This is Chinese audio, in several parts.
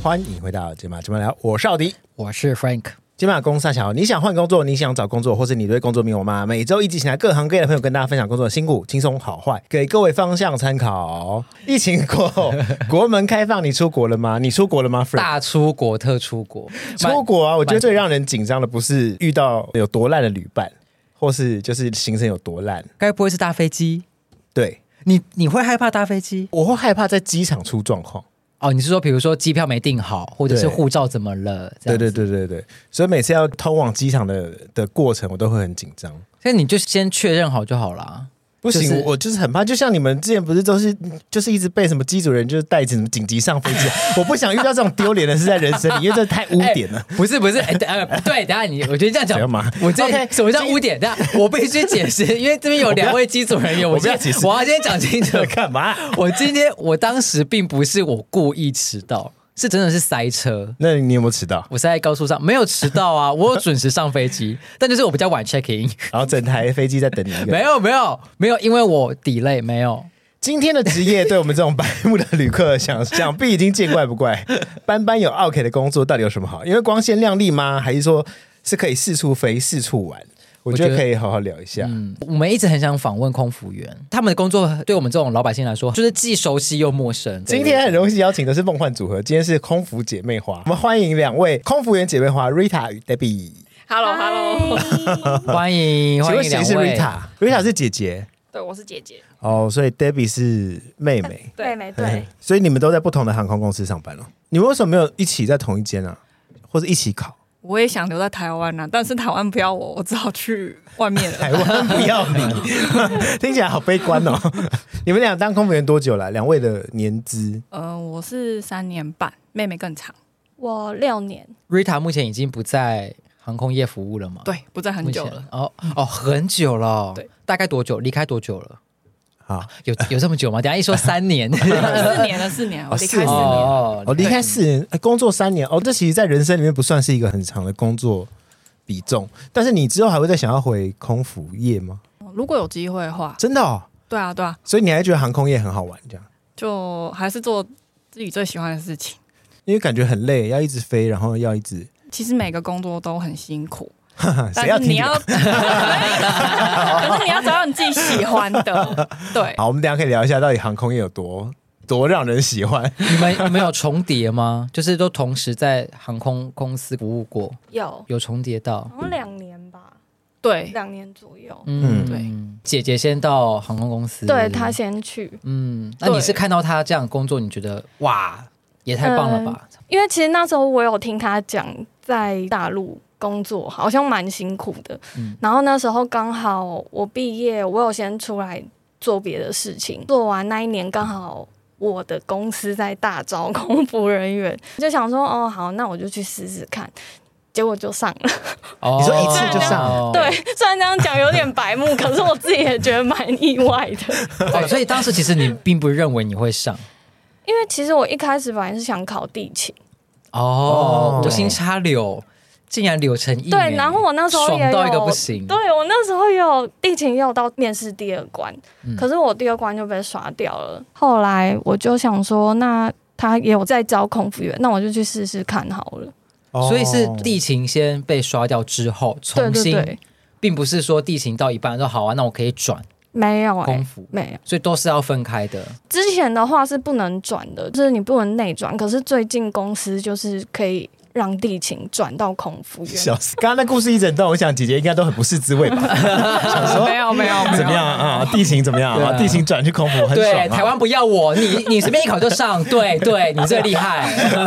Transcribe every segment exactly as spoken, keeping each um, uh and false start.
欢迎回到节目节目聊，我是奥迪， 我是 Frank。 今晚公司小，你想换工作，你想找工作，或是你对工作迷惘吗？每周一集请来各行各业的朋友跟大家分享工作的辛苦、轻松、好坏，给各位方向参考。疫情过后，国门开放，你出国了吗？你出国了吗 Frank？ 大出国特出国， 出国啊！我觉得最让人紧张的不是遇到有多烂的旅伴，或是就是行程有多烂， 该不会是搭飞机？ 对， 你你会害怕搭飞机？ 我会害怕在机场出状况。 哦，你是说比如说机票没订好，或者是护照怎么了？ 对对对对对，所以每次要通往机场的的过程，我都会很紧张。 所以你就先确认好就好啦。 不行、就是，我就是很怕，就像你们之前不是都是就是一直被什么机主人就是带什么紧急上飞机，我不想遇到这种丢脸的事在人生里，因为这太污点了。 欸、不是不是，欸、呃，对，等一下你，我觉得这样讲嘛， 我这、okay, 什么叫污点？等一下我必须解释，因为这边有两位机组人员，我不要解释， 我要今天讲清楚干嘛？ 我今天我当时并不是我故意迟到。是真的是塞车。 那你有没有迟到？ 我是在高速上没有迟到啊，我有准时上飞机，但就是我比较晚 check in， 然后整台飞机在等你一个。 没有没有没有，因为我 delay 没有。 今天的职业对我们这种白目的旅客想想必已经见怪不怪。班班有 OK 的工作到底有什么好？因为光鲜亮丽吗？还是说是可以四处飞四处玩？我觉得可以好好聊一下。 嗯，我们一直很想访问空服员，他们的工作对我们这种老百姓来说，就是既熟悉又陌生。 今天很荣幸邀请的是梦幻组合，今天是空服姐妹花，我们欢迎两位空服员姐妹花 Rita 与 Debbie。Hello Hello， 欢迎欢迎两位。 请问谁是 Rita？Rita 是姐姐。 对，我是姐姐。 哦，所以 Debbie 是妹妹。 妹妹对。 所以你们都在不同的航空公司上班了。你们为什么没有一起在同一间啊？或者一起考？ 我也想留在台湾啊，但是台湾不要我，我只好去外面了。 台湾不要你，听起来好悲观哦。你们俩当空服员多久了？两位的年资？ 呃，我是三年半，妹妹更长， 我六年。 Rita 目前已经不在航空业服务了吗？ 对，不在很久了。 哦哦，很久了。对，大概多久？离开多久了？ 啊， 有有这么久吗？等一下一说三年， 四年了，四年，我离开四年， 哦，离开四年，工作三年，哦，这其实，在人生里面不算是一个很长的工作比重。但是你之后还会再想要回空服业吗？ 如果有机会的话， 真的哦。 对啊，对啊。 所以你还觉得航空业很好玩，这样？ 就还是做自己最喜欢的事情， 因为感觉很累，要一直飞，然后要一直。 其实每个工作都很辛苦。 谁要听？ 你要，可是你要找到你自己喜欢的。对， 好，我们等一下可以聊一下，到底航空业有多多让人喜欢。 你们你们有重叠吗？就是都同时在航空公司服务过？ 有有重叠到？ 好像两年吧， 对， 两年左右。 嗯，对。姐姐先到航空公司， 对，她先去。 嗯，那你是看到她这样的工作，你觉得哇，也太棒了吧？ 嗯、因为其实那时候我有听她讲，在大陆工作好像蛮辛苦的、嗯、然后那时候刚好我毕业，我有先出来做别的事情，做完那一年刚好我的公司在大招空服人员，就想说哦好，那我就去试试看，结果就上了、 哦、你说一次就上了？ 对，虽然这样讲有点白目，可是我自己也觉得蛮意外的、 哦、所以当时其实你并不认为你会上， 因为其实我一开始本来是想考地勤哦，无心插柳竟然柳成荫， 对，然后我那时候也有爽到一个不行， 对，我那时候也有地勤，也有到面试第二关、嗯、可是我第二关就被刷掉了。后来我就想说，那他也有在招空服员，那我就去试试看好了、 哦、所以是地勤先被刷掉之后重新，对对对，并不是说地勤到一半说好啊，那我可以转， 没有、欸、 空服没有， 所以都是要分开的。 之前的话是不能转的，就是你不能内转，可是最近公司就是可以让地勤转到空服员。 笑死！刚刚那故事一整段，我想姐姐应该都很不是滋味吧？想说没有没有怎么样啊？地勤怎么样啊？地勤转去空服很爽、啊。 对，台湾不要我，你你随便一考就上，对对，你最厉害。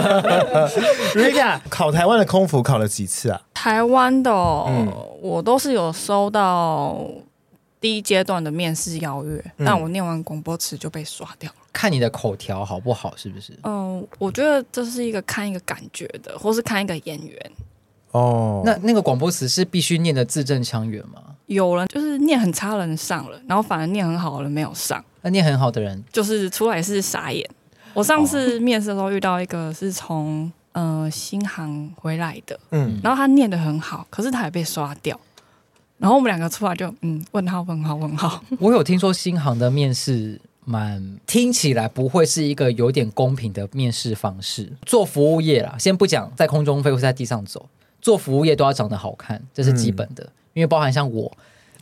Rita 考台湾的空服考了几次啊？ 台湾的、哦嗯，我都是有收到第一阶段的面试邀约、嗯，但我念完广播词就被刷掉了。 看你的口条好不好，是不是？ 嗯、呃，我觉得这是一个看一个感觉的，或是看一个演员。 哦， 那那个广播词是必须念的字正腔圆吗？ 有人就是念很差的人上了，然后反而念很好的人没有上。 那念很好的人就是出来是傻眼。我上次面试的时候遇到一个是从呃新航回来的，嗯，然后他念得很好，可是他也被刷掉。然后我们两个出来就嗯问号问号问号。 我有听说新航的面试蛮听起来不会是一个有点公平的面试方式。做服务业啦，先不讲在空中飞或是在地上走，做服务业都要长得好看，这是基本的。嗯、因为包含像我。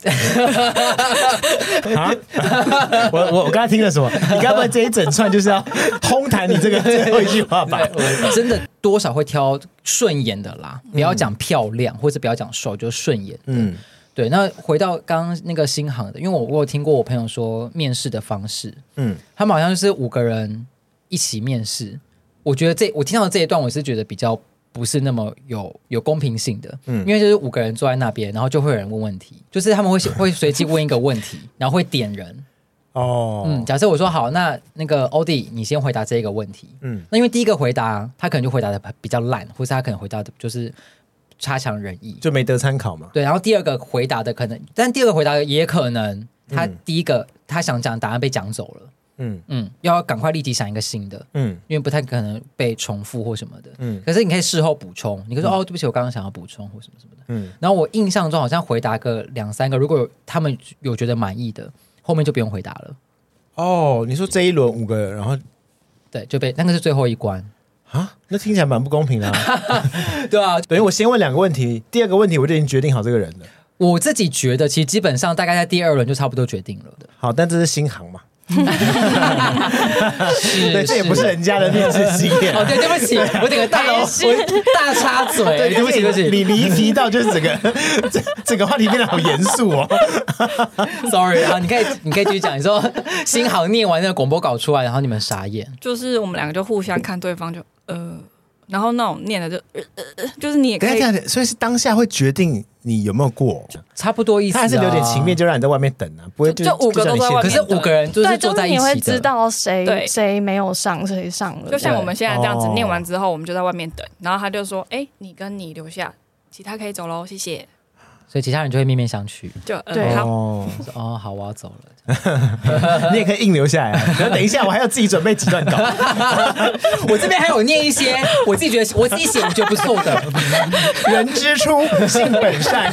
啊！我我我刚才听了什么？你该不会这一整串就是要轰弹你这个最后一句话吧？ 真的多少会挑顺眼的啦，不要讲漂亮，或者不要讲瘦，就顺眼的。嗯，对。那回到刚刚那个新航的，因为我我有听过我朋友说面试的方式，嗯，他们好像就是五个人一起面试。我觉得这我听到这一段，我是觉得比较。不是那么有有公平性的，嗯，因为就是五个人坐在那边，然后就会有人问问题，就是他们会会随机问一个问题，然后会点人。哦，嗯，假设我说好，那那个欧弟，你先回答这一个问题，嗯，那因为第一个回答他可能就回答的比较烂，或是他可能回答的就是差强人意， 就没得参考嘛。 对，然后第二个回答的可能，但第二个回答的也可能他第一个、嗯、他想讲答案被讲走了。嗯嗯，要赶快立即想一个新的，嗯，因为不太可能被重复或什么的，嗯，可是你可以事后补充，你可以说、嗯、哦，对不起，我刚刚想要补充或什么什么的，嗯，然后我印象中好像回答个两三个，如果有他们有觉得满意的，后面就不用回答了。 哦，你说这一轮五个人，然后对就被那个是最后一关啊，那听起来蛮不公平的、啊， 对啊， 等于我先问两个问题，第二个问题我就已经决定好这个人了。 我自己觉得，其实基本上大概在第二轮就差不多决定了的。 好，但这是新航嘛。对，这也不是人家的面试经验。 哦，对，对不起，我整个大我大插嘴， 对，对不起，对不起，你离题到就是整个整整个话题变得好严肃哦。 Sorry 啊，你可以你可以继续讲。你说新航念完那个广播稿出来，然后你们傻眼， 就是我们两个就互相看对方就呃，然后那种念的就呃呃，就是你也可以， 所以是当下会决定。你有没有过？ 差不多意思、啊， 他还是留点情面，就让你在外面等啊，不会 就, 就, 就五个都在外面， 可是五个人就是坐在一起的， 就是你会知道谁谁没有上，谁上了。 就像我们现在这样子，念完之后，我们就在外面等，然后他就说：“哎、欸，你跟你留下，其他可以走喽，谢谢。” 所以其他人就会面面相觑， 就对， 哦，哦，好，我要走了。 你也可以硬留下来、啊。等一下，我还要自己准备几段稿。 我这边还有念一些，我自己觉得我自己写我觉得不错的。 人之初，性本善。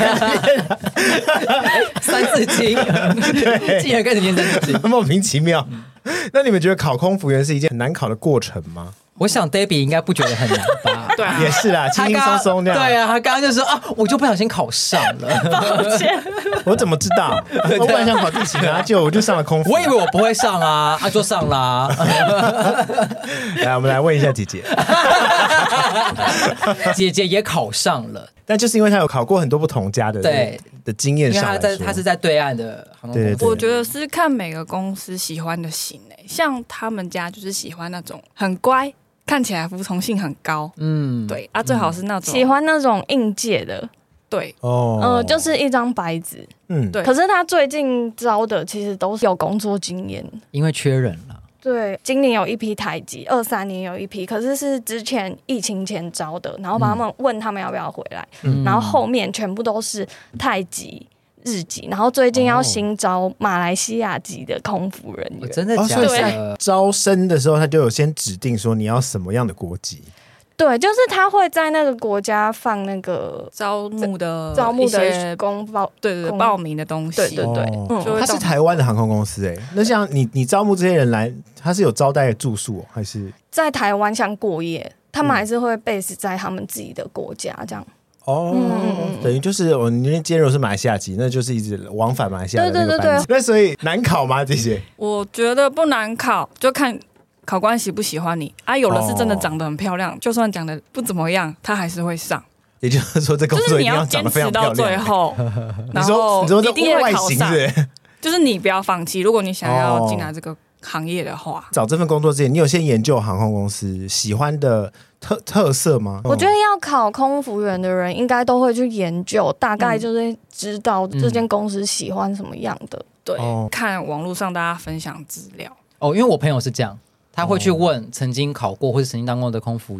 三字经，对，竟然开始念三字经， 莫名其妙。那你们觉得考空服员是一件很难考的过程吗？ 我想 Debbie 应该不觉得很难吧？ 对啊， 也是啦，轻轻松松这样。 对啊，他刚刚就说啊，我就不小心考上了， 抱歉。 我怎么知道？我本来想考地勤啊，结果我就上了空服。 我以为我不会上啊，啊就上啦。 来，我们来问一下姐姐。 姐姐也考上了， 但就是因为她有考过很多不同家的对的经验上来说， 因为她在她是在对岸的航空公司。 对对对， 我觉得是看每个公司喜欢的型诶、欸，像他们家就是喜欢那种很乖。看起来服从性很高，嗯，对啊，最好是那种、 嗯、喜欢那种应届的， 对， 哦，嗯、呃，就是一张白纸，嗯，对。可是他最近招的其实都是有工作经验， 因为缺人了。 对，今年有一批台籍，二三年有一批，可是是之前疫情前招的，然后把他们问他们要不要回来，嗯、然后后面全部都是泰籍。日籍，然后最近要新招马来西亚籍的空服人员， 哦、真的假的？ 哦、所以在招生的时候，他就有先指定说你要什么样的国籍。 对，就是他会在那个国家放那个招募的招募的公报， 对对对，报名的东西， 对对对。 哦嗯、他是台湾的航空公司哎、欸，那像你你招募这些人来，他是有招待住宿、哦、还是在台湾像过夜？他们还是会 base 在他们自己的国家这样。 哦、嗯，等于就是我你今天如果是马来西亚籍，那就是一直往返马来西亚的那个班级。对对对对，那所以难考吗？这些我觉得不难考，就看考官喜不喜欢你啊。有的是真的长得很漂亮，哦、就算讲的不怎么样，他还是会上。 也就是说，这工作一定要长得非常漂亮。 就是你要坚持到最后， 然后你说一定会考上。 是是就是你不要放弃，如果你想要进来这个行业的话， 找这份工作之前，你有先研究航空公司喜欢的特特色吗？ 我觉得要考空服员的人，应该都会去研究，大概就是知道这间公司喜欢什么样的。嗯、 对，哦、看网络上大家分享资料。 哦，因为我朋友是这样，他会去问曾经考过或者曾经当过的空服员，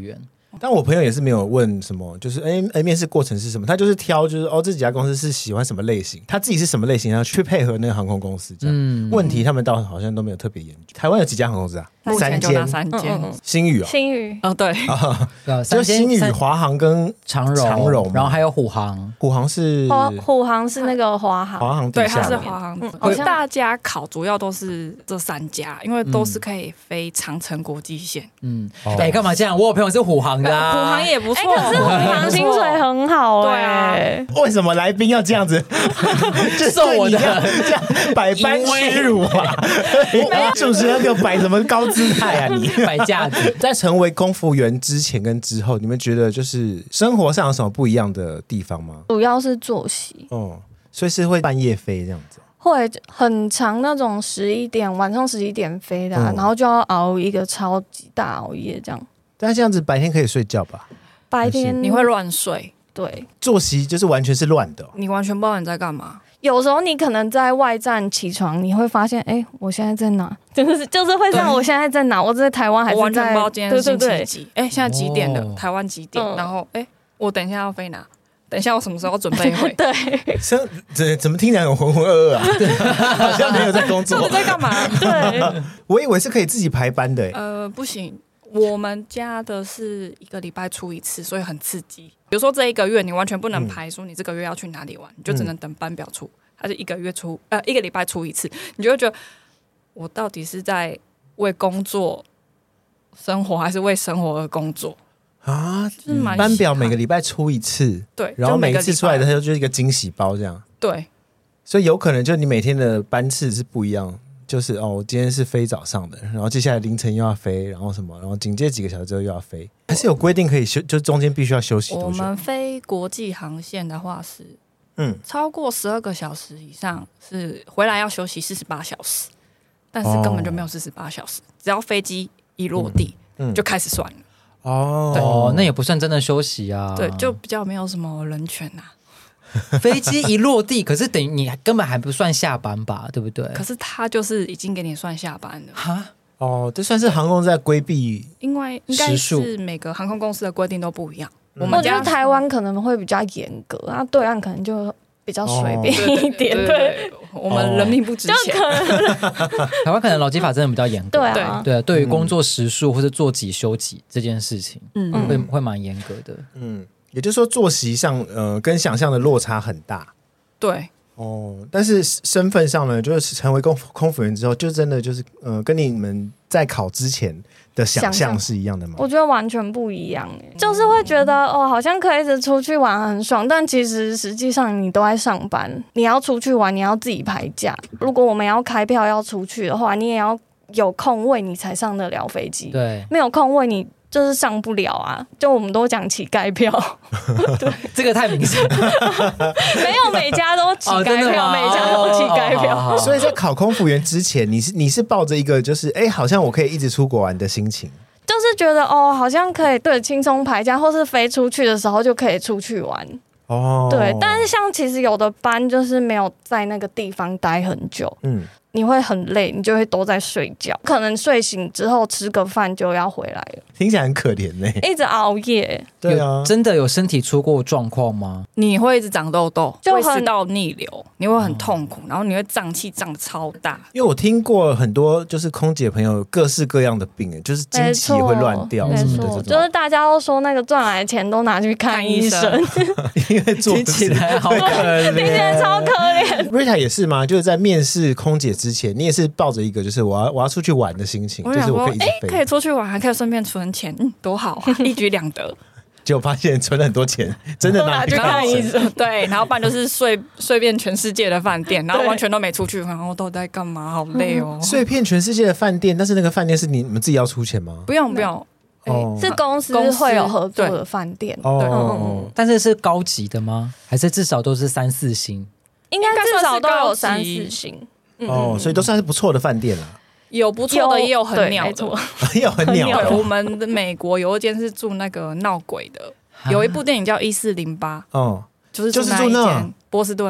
但我朋友也是没有问什么，就是哎哎，面试过程是什么？他就是挑，就是哦，这几家公司是喜欢什么类型，他自己是什么类型，然后去配合那个航空公司这样。嗯，问题他们倒好像都没有特别研究。台湾有几家航空公司啊？ 目前就那三间， 嗯嗯星宇哦， 星宇哦对， 啊， 就星宇、华航跟长荣， 长荣， 然后还有虎航， 虎航是华虎航是那个华航， 华航对，它是底下的华航。 嗯嗯，大家考主要都是这三家，因为都是可以飞长程国际线。 嗯，哎，干嘛这样？我有朋友是虎航的啊， 虎航也不错， 可是虎航薪水很好哎。 为什么来宾要这样子？就受我的这样百般屈辱啊！主持人给我摆什么高姿态啊你？ 摆架子。 在成为空服员之前跟之后，你们觉得就是生活上有什么不一样的地方吗？ 主要是作息哦，所以是会半夜飞这样子， 会很长那种十一点晚上十一点飞的、啊嗯，然后就要熬一个超级大熬夜这样。 但这样子白天可以睡觉吧？ 白天你会乱睡， 对， 作息就是完全是乱的、哦， 你完全不知道你在干嘛。 有时候你可能在外站起床，你会发现，哎、欸，我现在在哪？就是就是会让我现在在哪？我在台湾还是在？ 我完全不知道今天是星期几。哎、欸，现在几点了？ 哦、 台湾几点？ 嗯、 然后，哎、欸，我等一下要飞哪？等一下我什么时候要准备回？ 对， 怎怎怎么听起来很浑浑噩噩啊？好像没有在工作。 到底在干嘛？ 对， 我以为是可以自己排班的、欸。 呃，不行。我们家的是一个礼拜出一次，所以很刺激。比如说这一个月你完全不能排说你这个月要去哪里玩，嗯、你就只能等班表出。它是一个月出呃一个礼拜出一次，你就会觉得我到底是在为工作生活，还是为生活而工作啊？ 就是蛮班表每个礼拜出一次， 对， 然后每一次出来的它就是一个惊喜包这样。 对， 所以有可能就你每天的班次是不一样。就是哦，我今天是飞早上的，然后接下来凌晨又要飞，然后什么，然后紧接几个小时之后又要飞，还是有规定可以休，就中间必须要休息多久？ 我们飞国际航线的话是，嗯，超过十二个小时以上是回来要休息四十八小时，但是根本就没有四十八小时，哦、只要飞机一落地、嗯嗯、就开始算了。 哦， 哦，那也不算真的休息啊。 对，就比较没有什么人权啊。 飞机一落地，可是等于你根本还不算下班吧，对不对？ 可是他就是已经给你算下班了。 哈， 哦，这算是航空在规避， 因为应该是每个航空公司的规定都不一样。 嗯、我们觉得台湾可能会比较严格，啊，对岸可能就比较随便一点。 哦、对, 对, 对, 对，我们人命不值钱。 台湾可能劳基法真的比较严格。 对啊， 对啊，对于工作时数或者做几休几这件事情，嗯，会会蛮严格的。 嗯。也就是说，作息上，呃，跟想象的落差很大。 对， 哦，但是身份上呢，就是成为空空服员之后，就真的就是，呃，跟你们在考之前的想象是一样的吗？ 我觉得完全不一样，就是会觉得哦，好像可以一直出去玩很爽，但其实实际上你都在上班，你要出去玩，你要自己排假。如果我们要开票要出去的话，你也要有空位，你才上得了飞机。 对， 没有空位你。就是上不了啊！就我们都讲乞丐票， 对，这个太明显了。 没有每家都乞丐票，哦、每家都乞丐票。 哦、 所以在考空服员之前，你是你是抱着一个就是哎，好像我可以一直出国玩的心情， 就是觉得哦，好像可以对轻松排假，或是飞出去的时候就可以出去玩。哦，对，但是像其实有的班就是没有在那个地方待很久，嗯。你会很累，你就会都在睡觉，可能睡醒之后吃个饭就要回来了， 听起来很可怜呢、欸， 一直熬夜。 对啊， 真的有身体出过状况吗？ 你会一直长痘痘，就会食道逆流，你会很痛苦，然后你会胀气胀得超大。 因为我听过很多就是空姐朋友各式各样的病，就是经期会乱掉什么的这种， 就是大家都说那个赚来的钱都拿去看医生， 因为做听起来好可怜， 听起来超可怜。 Rita 也是吗？就是在面试空姐之前，你也是抱着一个就是我要我要出去玩的心情，就是我可以一直飞， 可以出去玩，还可以顺便存钱，嗯，多好啊，一举两得。 结果发现存了很多钱，真的拿去看医生。 对，然后不然就是睡睡遍全世界的饭店，然后完全都没出去，然后都在干嘛？好累哦。 睡遍全世界的饭店，但是那个饭店是你们自己要出钱吗？ 不用不用。 哦、是公司会有合作的饭店，对， 对哦、但是是高级的吗？还是至少都是三四星？ 应该至少都有三四星。 哦，所以都算是不错的饭店啦。 有不错的，也有很鸟的， 也有很鸟的。 我们的美国有一间是住那个闹鬼的，有一部电影叫《一四零八》，哦，就是住那一间波士顿的。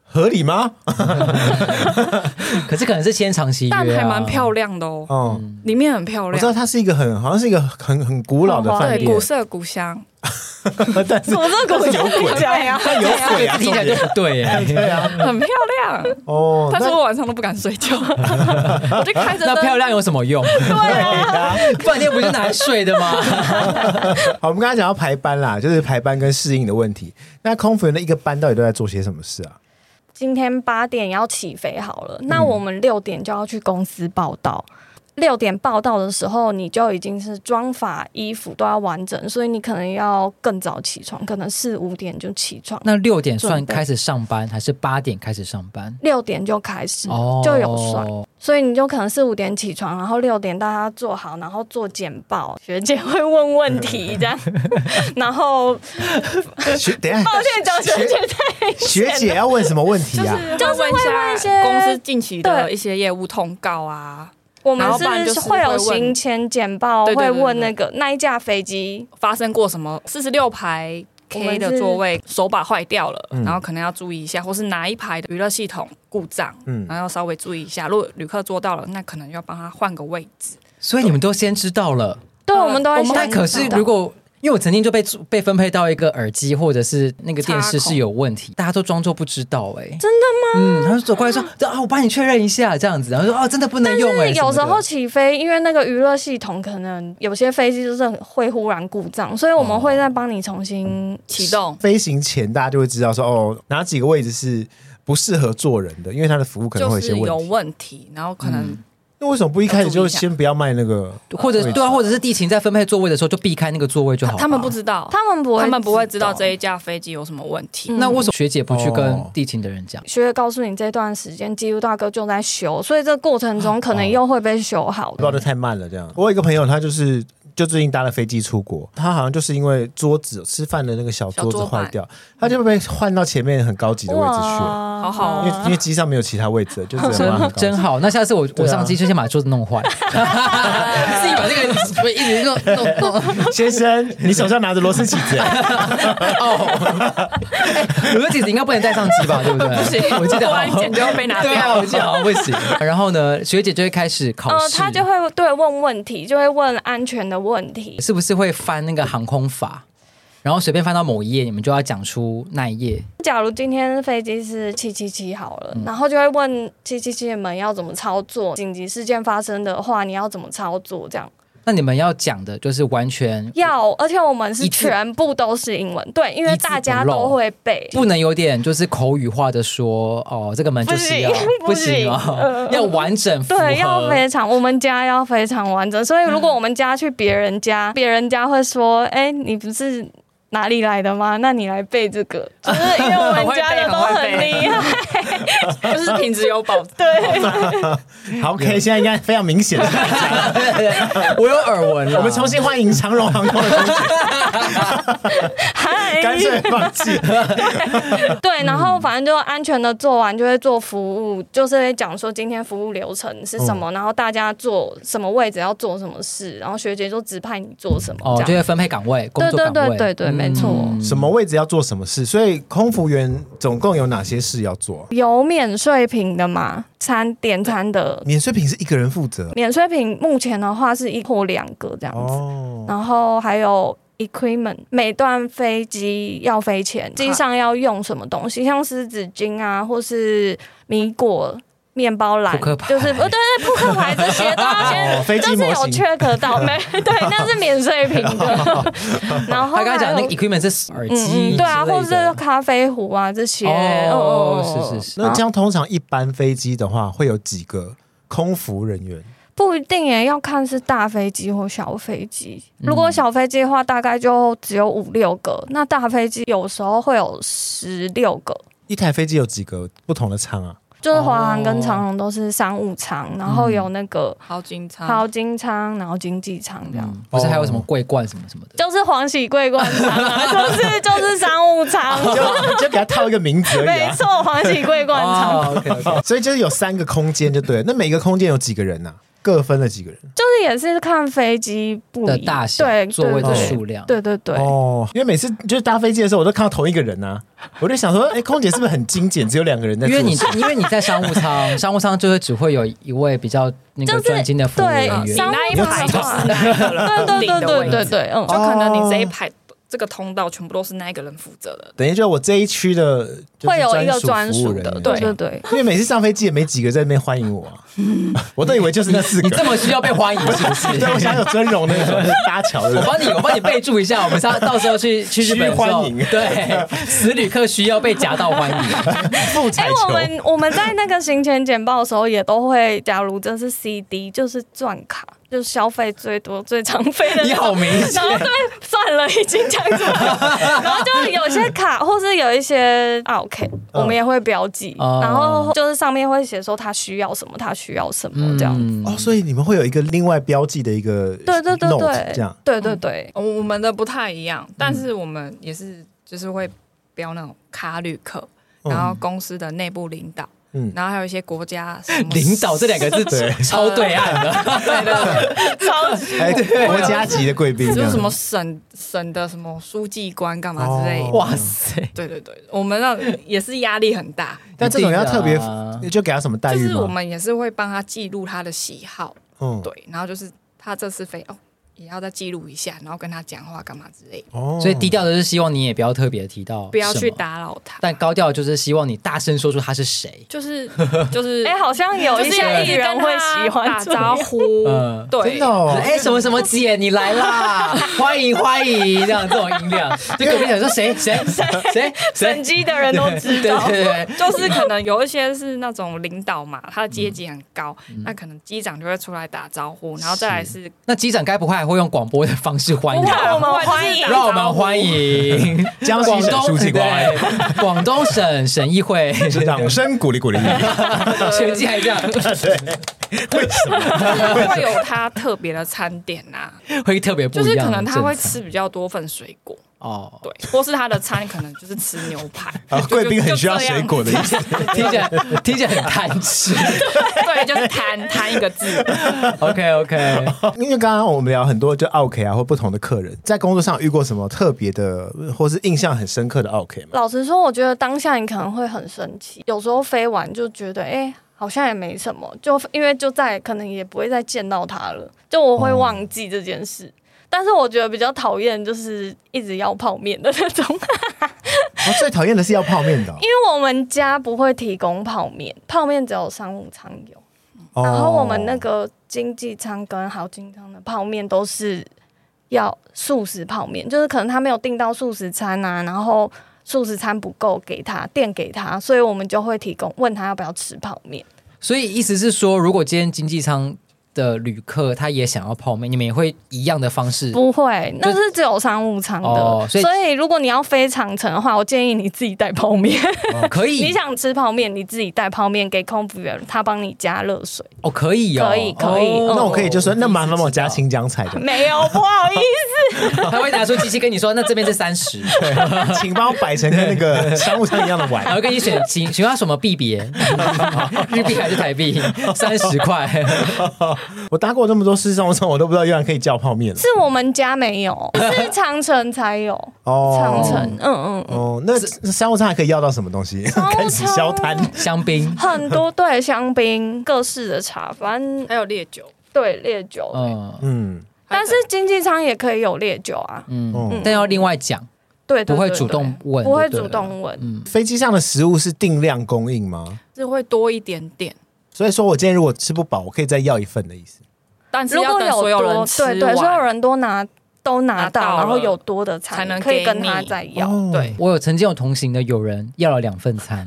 合理吗？ 可是可能是先长期约、啊， 但还蛮漂亮的哦，哦里面很漂亮。 我知道它是一个很好像是一个很很古老的饭店， 对，古色古香。 但是我这古有鬼呀， 它有鬼啊， 听起来就不对耶， 对啊， 很漂亮哦。他说我晚上都不敢睡觉，我就开着灯。 那漂亮有什么用？ 对啊， 饭店不是拿来睡的吗？ 好，我们刚才讲到排班啦，就是排班跟适应的问题。那空服员的一个班到底都在做些什么事啊？ 今天八点要起飞好了，那我们六点就要去公司报到。六点报到的时候，你就已经是妆发、衣服都要完整，所以你可能要更早起床，可能四五点就起床。 那六点算开始上班，还是八点开始上班？ 六点就开始， 哦、 就有算。所以你就可能四五点起床，然后六点大家做好，然后做简报，学姐会问问题这样，然后学等一下， 抱歉讲学姐太学姐要问什么问题啊？ 就是会问一些公司近期的一些业务通告啊。 我们是会有行前简报， 对对对对会问那个那一架飞机发生过什么四十六排 K 的座位手把坏掉了，然后可能要注意一下，或是哪一排的娱乐系统故障，嗯，然后要稍微注意一下。如果旅客做到了，那可能要帮他换个位置。 所以你们都先知道了， 对，我们都会先知道。 但可是如果因为我曾经就被被分配到一个耳机或者是那个电视是有问题，大家都装作不知道哎、欸， 真的吗？ 嗯，他就走过来说啊，我帮你确认一下这样子，然后说哦，真的不能用哎、欸。 有时候起飞，因为那个娱乐系统可能有些飞机就是会忽然故障，所以我们会再帮你重新启动。 飞行前大家就会知道说哦，哪几个位置是不适合坐人的，因为它的服务可能会有些问题， 就是有问题，然后可能、嗯。 那为什么不一开始就先不要卖那个， 或者对啊，或者是地勤在分配座位的时候就避开那个座位就好了。 他们不知道， 他们不会， 他们不会知道这一架飞机有什么问题。 嗯、那为什么学姐不去跟地勤的人讲？ 学姐告诉你这段时间机务大哥就在修，所以这过程中可能又会被修好。 不知道这太慢了这样。我有一个朋友，他就是就最近搭了飞机出国，他好像就是因为桌子吃饭的那个小桌子坏掉，他就被换到前面很高级的位置去了。 好好、哦， 因为因为机上没有其他位置，就只能真真好。那下次我、啊、我上机就先把桌子弄坏，自己把这个一直弄弄弄。 先生，你手上拿着螺丝起子。 哦，螺丝起子应该不能带上机吧？对不对？ 不行， 我记得突然间就要被拿掉。 对啊，我记得好像不行。然后呢，学姐就会开始考试， 呃，她就会对问问题，就会问安全的问题， 是不是会翻那个航空法？然后随便翻到某一页，你们就要讲出那一页。 假如今天飞机是七七七好了、嗯，然后就会问七七七的门要怎么操作，紧急事件发生的话，你要怎么操作？这样。 那你们要讲的就是完全要，而且我们是全部都是英文，对，因为大家都会背， 不能有点就是口语化的说哦，这个门就是要不行哦，呃、要完整符合， 对，要非常，我们家要非常完整。所以如果我们家去别人家，别人家会说，哎，你不是哪里来的吗？那你来背这个，就是因为我们家的都很厉害， 就是品质有保证。 对， 好 ，OK， 现在应该非常明显。 我有耳闻了。 我们重新欢迎长荣航空的空姐，干脆放弃。 对，然后反正就安全的做完，就会做服务，就是会讲说今天服务流程是什么，嗯、然后大家做什么位置要做什么事，然后学姐就指派你做什么， 哦，就会分配岗位，工作岗位， 对对对对对，没错、 嗯。什么位置要做什么事？所以空服员总共有哪些事要做？ 有免税品的嘛，餐点餐的。 免税品是一个人负责。 免税品目前的话是一或两个这样子，哦、然后还有。equipment 每段飞机要飞前，机上要用什么东西，像湿纸巾啊，或是米果、面包篮，就是呃对对扑克牌这些都要先， 哦、飞机模型都是有 check 到没？对，那是免税品的。然后他刚才讲那个 equipment 是耳机、嗯， 对啊，或是咖啡壶啊这些。 哦，是是是。 那这样通常一般飞机的话，会有几个空服人员？ 不一定耶，要看是大飞机或小飞机。如果小飞机的话，大概就只有五六个；那大飞机有时候会有十六个。 一台飞机有几个不同的舱啊？ 就是华航跟长荣都是商务舱，然后有那个豪金舱、 豪金舱，然后经济舱这样。 嗯、不是还有什么桂冠什么什么的？ 就是皇喜桂冠舱啊，就是就是商务舱， 就就给他套一个名字而已、啊。 没错，皇喜桂冠舱。 哦 OK OK， 所以就是有三个空间就对了。那每个空间有几个人啊？ 各分了几个人？ 就是也是看飞机不的大小、 对座位的对数量。 对对对。 哦，因为每次就是搭飞机的时候，我都看到同一个人啊，我就想说，哎，空姐是不是很精简，只有两个人在做事？ 因为你因为你在商务舱，商务舱就会只会有一位比较那个专精的服务人员， 你那一排就是那一个人对领的位置， 对对对，嗯， 就可能你这一排这个通道全部都是那一个人负责的， 等于就是我这一区的会有一个专专属的，对对对。 因为每次上飞机也没几个在那边欢迎我、啊，我都以为就是那四个。 你这么需要被欢迎是不是？ 对，我想有尊荣那种搭桥的。 我帮你，我帮你备注一下，我们到到时候去去日本的时候欢迎， 对，死旅客需要被夹道欢迎。 不彩哎、 球。 我们我们在那个行前简报的时候，也都会，假如这是 C D， 就是钻卡，就是消费最多、最常费的那种。 你好明显， 然后对，算了，已经讲出来了。然后就有些卡，或是有一些 OK，、嗯、我们也会标记、嗯，然后就是上面会写说他需要什么，他需要什么这样子。 嗯、 哦，所以你们会有一个另外标记的一个 note, 对对对对， 这样对对对、 嗯。我们的不太一样，但是我们也是就是会标那种卡旅客，嗯、然后公司的内部领导。嗯，然后还有一些国家领导这两个字对超对岸的， 对对，超级哎国家级的贵宾， 就是什么省省的什么书记官干嘛之类的。 哇塞， 对对对，我们那也是压力很大。 但这种要特别，就给他什么待遇吗？ 就是我们也是会帮他记录他的喜好，嗯，对，然后就是他这次飞哦。也要再记录一下，然后跟他讲话干嘛之类的。 哦， 所以低调的是希望你也不要特别提到， 不要去打扰他。 但高调就是希望你大声说出他是谁。 就是就是， 哎、欸，好像有一些艺人会喜欢打招呼，嗯，对， 真的、哦。 哎、欸，什么什么姐，你来啦，欢迎欢迎，这样这种音量，就隔壁讲说谁谁谁， 整机的人都知道。 对对对， 就是可能有一些是那种领导嘛，他的阶级很高，嗯、那可能机长就会出来打招呼，然后再来是，是那机长该不会还会用广播的方式欢迎， 让我们欢迎， 让我们欢迎江西省书记官， 广东省省议会， 掌声鼓励鼓励， 全机还这样， 对，为什么会有他特别的餐点啊？ 会特别不一样， 就是可能他会吃比较多份水果。哦，对，或是他的餐可能就是吃牛排， 啊，贵宾很需要水果的意思， 听起来听起来很贪吃， 对，就是贪贪一个字。 OK OK， 因为刚刚我们聊很多就 OK 啊，或不同的客人，在工作上遇过什么特别的，或是印象很深刻的 OK 吗？ 老实说，我觉得当下你可能会很生气，有时候飞完就觉得，哎、欸。好像也没什么，就因为就再可能也不会再见到他了，就我会忘记这件事。哦，但是我觉得比较讨厌就是一直要泡面的那种。 我、哦、最讨厌的是要泡面的、哦， 因为我们家不会提供泡面，泡面只有商务舱有。哦、然后我们那个经济舱跟豪经舱的泡面都是要素食泡面，就是可能他没有订到素食餐啊，然后素食餐不够给他垫给他，所以我们就会提供问他要不要吃泡面。 所以意思是说，如果今天经济舱的旅客他也想要泡面，你们也会一样的方式？ 不会，那是只有商务舱的、哦所以。所以如果你要飞长程的话，我建议你自己带泡面。 哦、可以， 你想吃泡面，你自己带泡面给空服员，他帮你加热水。 哦，可以哦， 可以可以。 哦嗯、那我可以就说，那麻烦帮我加青江菜的。 没有，不好意思。 他会拿出机器跟你说，那这边是三十， 请帮我摆成跟那个商务舱一样的碗， 然后跟你选，请请问什么币别？日币还是台币？三十块。 我搭过那么多次商务舱，我都不知道原来可以叫泡面了。 是我们家没有，是长城才有。哦，长城，嗯嗯嗯。 哦，那商务舱还可以要到什么东西？开始消摊， 香槟， 很多对，香槟，各式的茶，反正还有烈酒， 对烈酒，嗯嗯。但是经济舱也可以有烈酒啊， 嗯嗯，但要另外讲。 对， 不会主动问， 不会主动问。 嗯，飞机上的食物是定量供应吗？ 是会多一点点。 所以说我今天如果吃不饱，我可以再要一份的意思。 但是要等所有人吃完， 对对，所有人都拿都拿到，然后有多的餐才能可以跟他再要。 哦、 对， 我有曾经有同行的友人要了两份餐，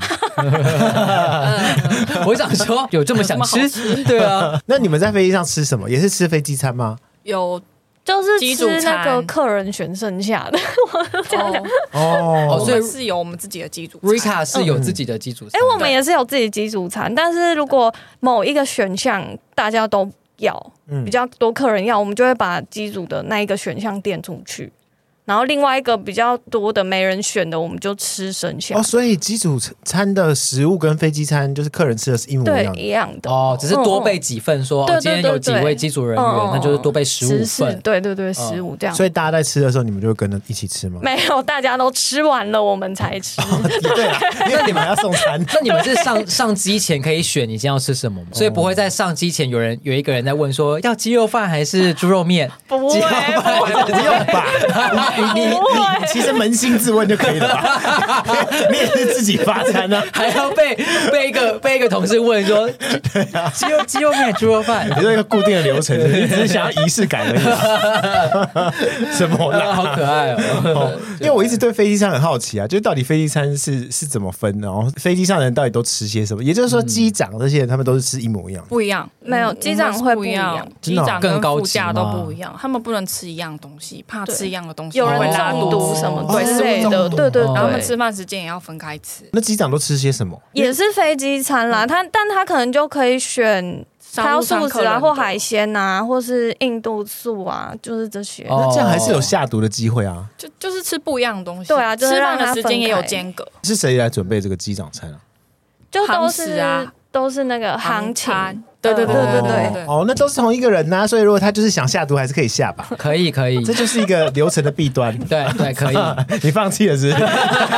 我想说有这么想吃？对啊， 那你们在飞机上吃什么？也是吃飞机餐吗？ 有。 就是吃那个客人选剩下的，我就这样讲。 哦， 所以是有我们自己的机组餐。 Rika 是有自己的机组餐， 哎、嗯欸，我们也是有自己的机组餐，但是如果某一个选项大家都要，嗯、比较多客人要，我们就会把机组的那一个选项垫出去。 然后另外一个比较多的没人选的，我们就吃剩下。 哦，所以机组餐的食物跟飞机餐就是客人吃的是一模一对样的， 一样的哦，只是多备几份说， 对对哦今天有几位机组人员， 嗯那就是多备十五十四份。 对对对，十五这样。 所以大家在吃的时候，你们就会跟着一起吃吗？ 没有，大家都吃完了，我们才吃。 对啊，因为你们还要送餐。 那你们是上上机前可以选你今天要吃什么吗？所以不会在上机前有人有一个人在问说要鸡肉饭还是猪肉面？ 不会，不会， 不用吧？你你你你其实扪心自问就可以了吧？你也是自己发餐啊， 还要被被一个被一个同事问说鸡肉鸡肉面猪肉饭？ 你这个固定的流程，你只是想要仪式感而已啊。什么啦？ 好可爱哦！ 因为我一直对飞机餐很好奇啊，就是到底飞机餐是是怎么分的，然后飞机上的人到底都吃些什么？也就是说，机长这些人他们都是吃一模一样， 不一样， 没有机长会不一样， 机真的哦长跟更高级副驾都吗不一样，他们不能吃一样东西，怕吃一样的东西有人会拉中肚子毒什么哦之类的， 中毒对对哦然后他们对。 吃饭时间也要分开吃。 那机长都吃些什么？ 也是飞机餐啦，他但他可能就可以选他要素食啊，或海鲜啊，或是印度素啊，就是这些。 哦那这样还是有下毒的机会啊？ 就就是吃不一样的东西， 对啊就是吃让它饭的时间也有分开间隔， 是谁来准备这个机长餐啊？ 就都航是时啊都是那个行情， 餐，对对对对对对对对。 哦，那都是同一个人呐、所以如果他就是想下毒，还是可以下吧。 可以可以， 这就是一个流程的弊端。 对对可以。 你放弃了是不是？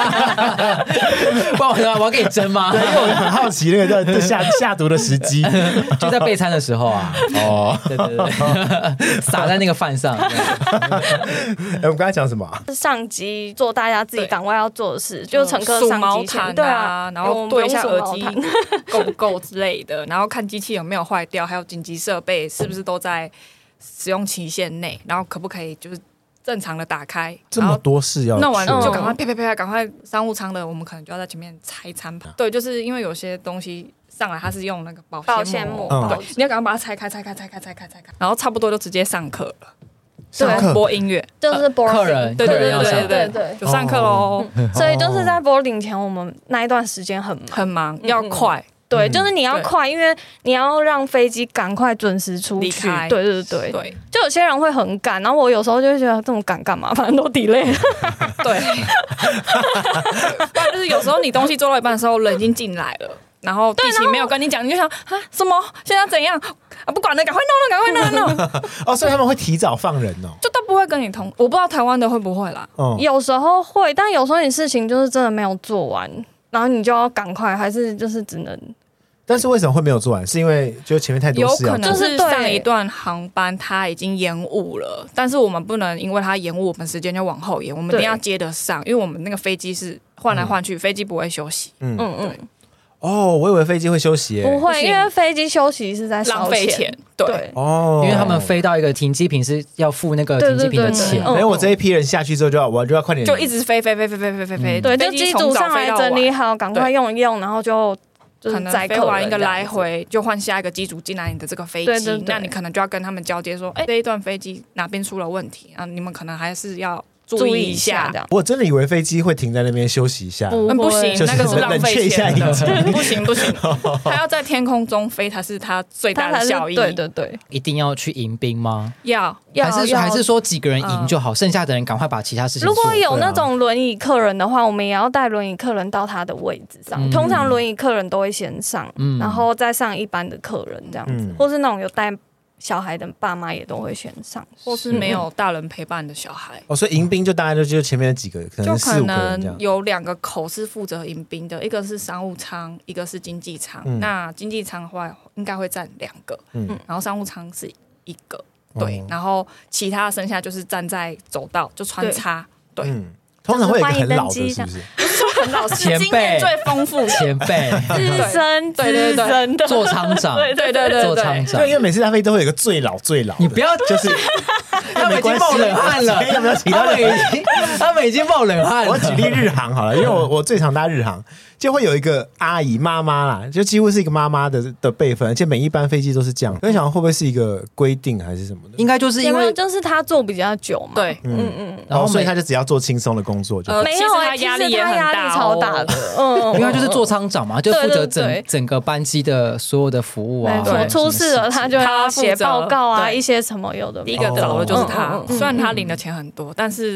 不然我我要给你蒸吗？ 对，因为我很好奇那个在下下毒的时机。 就在备餐的时候啊， 哦， 对对对，撒在那个饭上。 哎，我们刚才讲什么啊？ 上机做大家自己对赶快要做的事，就乘客数上机毛毯前，对啊，然后对一下耳机机， 够不够之类的，然后看机器有没有坏掉，还有紧急设备是不是都在使用期限内，然后可不可以就是正常的打开， 这么多事要弄完去就赶快啪啪啪，赶快商务舱的，我们可能就要在前面拆餐盘。对，就是因为有些东西上来它是用那个保保鲜鲜膜嗯对，你要赶快把它拆开，拆开，拆开，拆开，拆开，然后差不多就直接上课了， 上课播音乐， 就是 boarding 客人对对对客人要上对对对对就上课喽， 所以就是在 boarding 前，我们那一段时间很忙。 很忙，要快， 对， 嗯就是你要对快，因为你要让飞机赶快准时出去。 离开对对对， 对就有些人会很赶，然后我有时候就会觉得这么赶干嘛？反正都 delay 了。 对，不然就是有时候你东西做到一半的时候，人已经进来了。然后地勤没有跟你讲，你就想啊什么？现在怎样啊？不管了，赶快弄了，赶快弄弄弄， 哦，所以他们会提早放人哦。 就都不会跟你同。我不知道台湾的会不会啦。 哦， 有时候会，但有时候你事情就是真的没有做完，然后你就要赶快，还是就是只能但是为什么会没有做完？是因为就前面太多有事要做。 可能就是对是上一段航班它已经延误了，但是我们不能因为它延误，我们时间就往后延，我们一定要接得上，因为我们那个飞机是换来换去，飞机不会休息， 嗯嗯嗯， 哦，我以为飞机会休息耶。 不会， 不行因为飞机休息是在浪烧费钱。对， 对， 哦， 因为他们飞到一个停机坪是要付那个对停机坪的对对钱对。 因为我这一批人下去之后就要我就要快点， 就一直飞飞飞飞飞飞飞飞， 对，就飞机机组从早上来飞到晚。 整理好，赶快用一用，然后就就是可能载客飞完一个人这样子。 来回，就换下一个机组进来你的这个飞机， 对对对那你可能就要跟他们交接说，哎、这一段飞机哪边出了问题啊？你们可能还是要注注意意一下一下这。样。 我真的以为飞机会停在那边休息一下。 不嗯，不行， 就是那个是浪冷却费一下钱的引擎， 不行不行，它要在天空中飞才是它最大他才是的效益。 对对对， 一定要去迎宾吗？ 要要要还是还是说几个人赢嗯就好，剩下的人赶快把其他事情如做？ 果有那对啊种轮椅客人的话，我们也要带轮椅客人到他的位置上。 嗯通常轮椅客人都会先上， 嗯然后再上一般的客人这样子， 嗯或是那种有带小孩的爸妈也都会先上。 或是没有大人陪伴的小孩。 哦，所以迎宾就大概就就前面的几个，可就可能四五个人这样。 能有两个口是负责迎宾的，一个是商务舱，一个是经济舱。 嗯那经济舱的话，应该会占两个， 嗯然后商务舱是一个，对， 哦然后其他剩下就是站在走道就穿插，对， 嗯，通常会有一个很老的， 就是是不是？ 很老师前辈经验最丰富， 前辈资深对对对资深的做舱长， 对对对对对做舱长对，因，为每次搭飞机都会有一个最老最老的， 你不要就是他们已经冒冷汗了， 要不要请到他们已经他们已经冒冷汗了。 我举例日航好了，因为我我最常搭日航，就会有一个阿姨妈妈啦，就几乎是一个妈妈的的辈分，而且每一班飞机都是这样。我在想会不会是一个规定还是什么的？ 应该就是因有没有为， 就是他做比较久嘛？， 对， 嗯嗯嗯， 然后所以每他就只要做轻松的工作就好。 呃没有欸， 其实他压力其实也很他压力大超大哦的，嗯， 因为他就是做舱长嘛，就负责整对对对整个班机的所有的服务啊。 没错， 对出事了他就要他负责写报告啊， 对一些什么有的没的。 第一个找的就是他嗯嗯，嗯虽然他领的钱很多，但是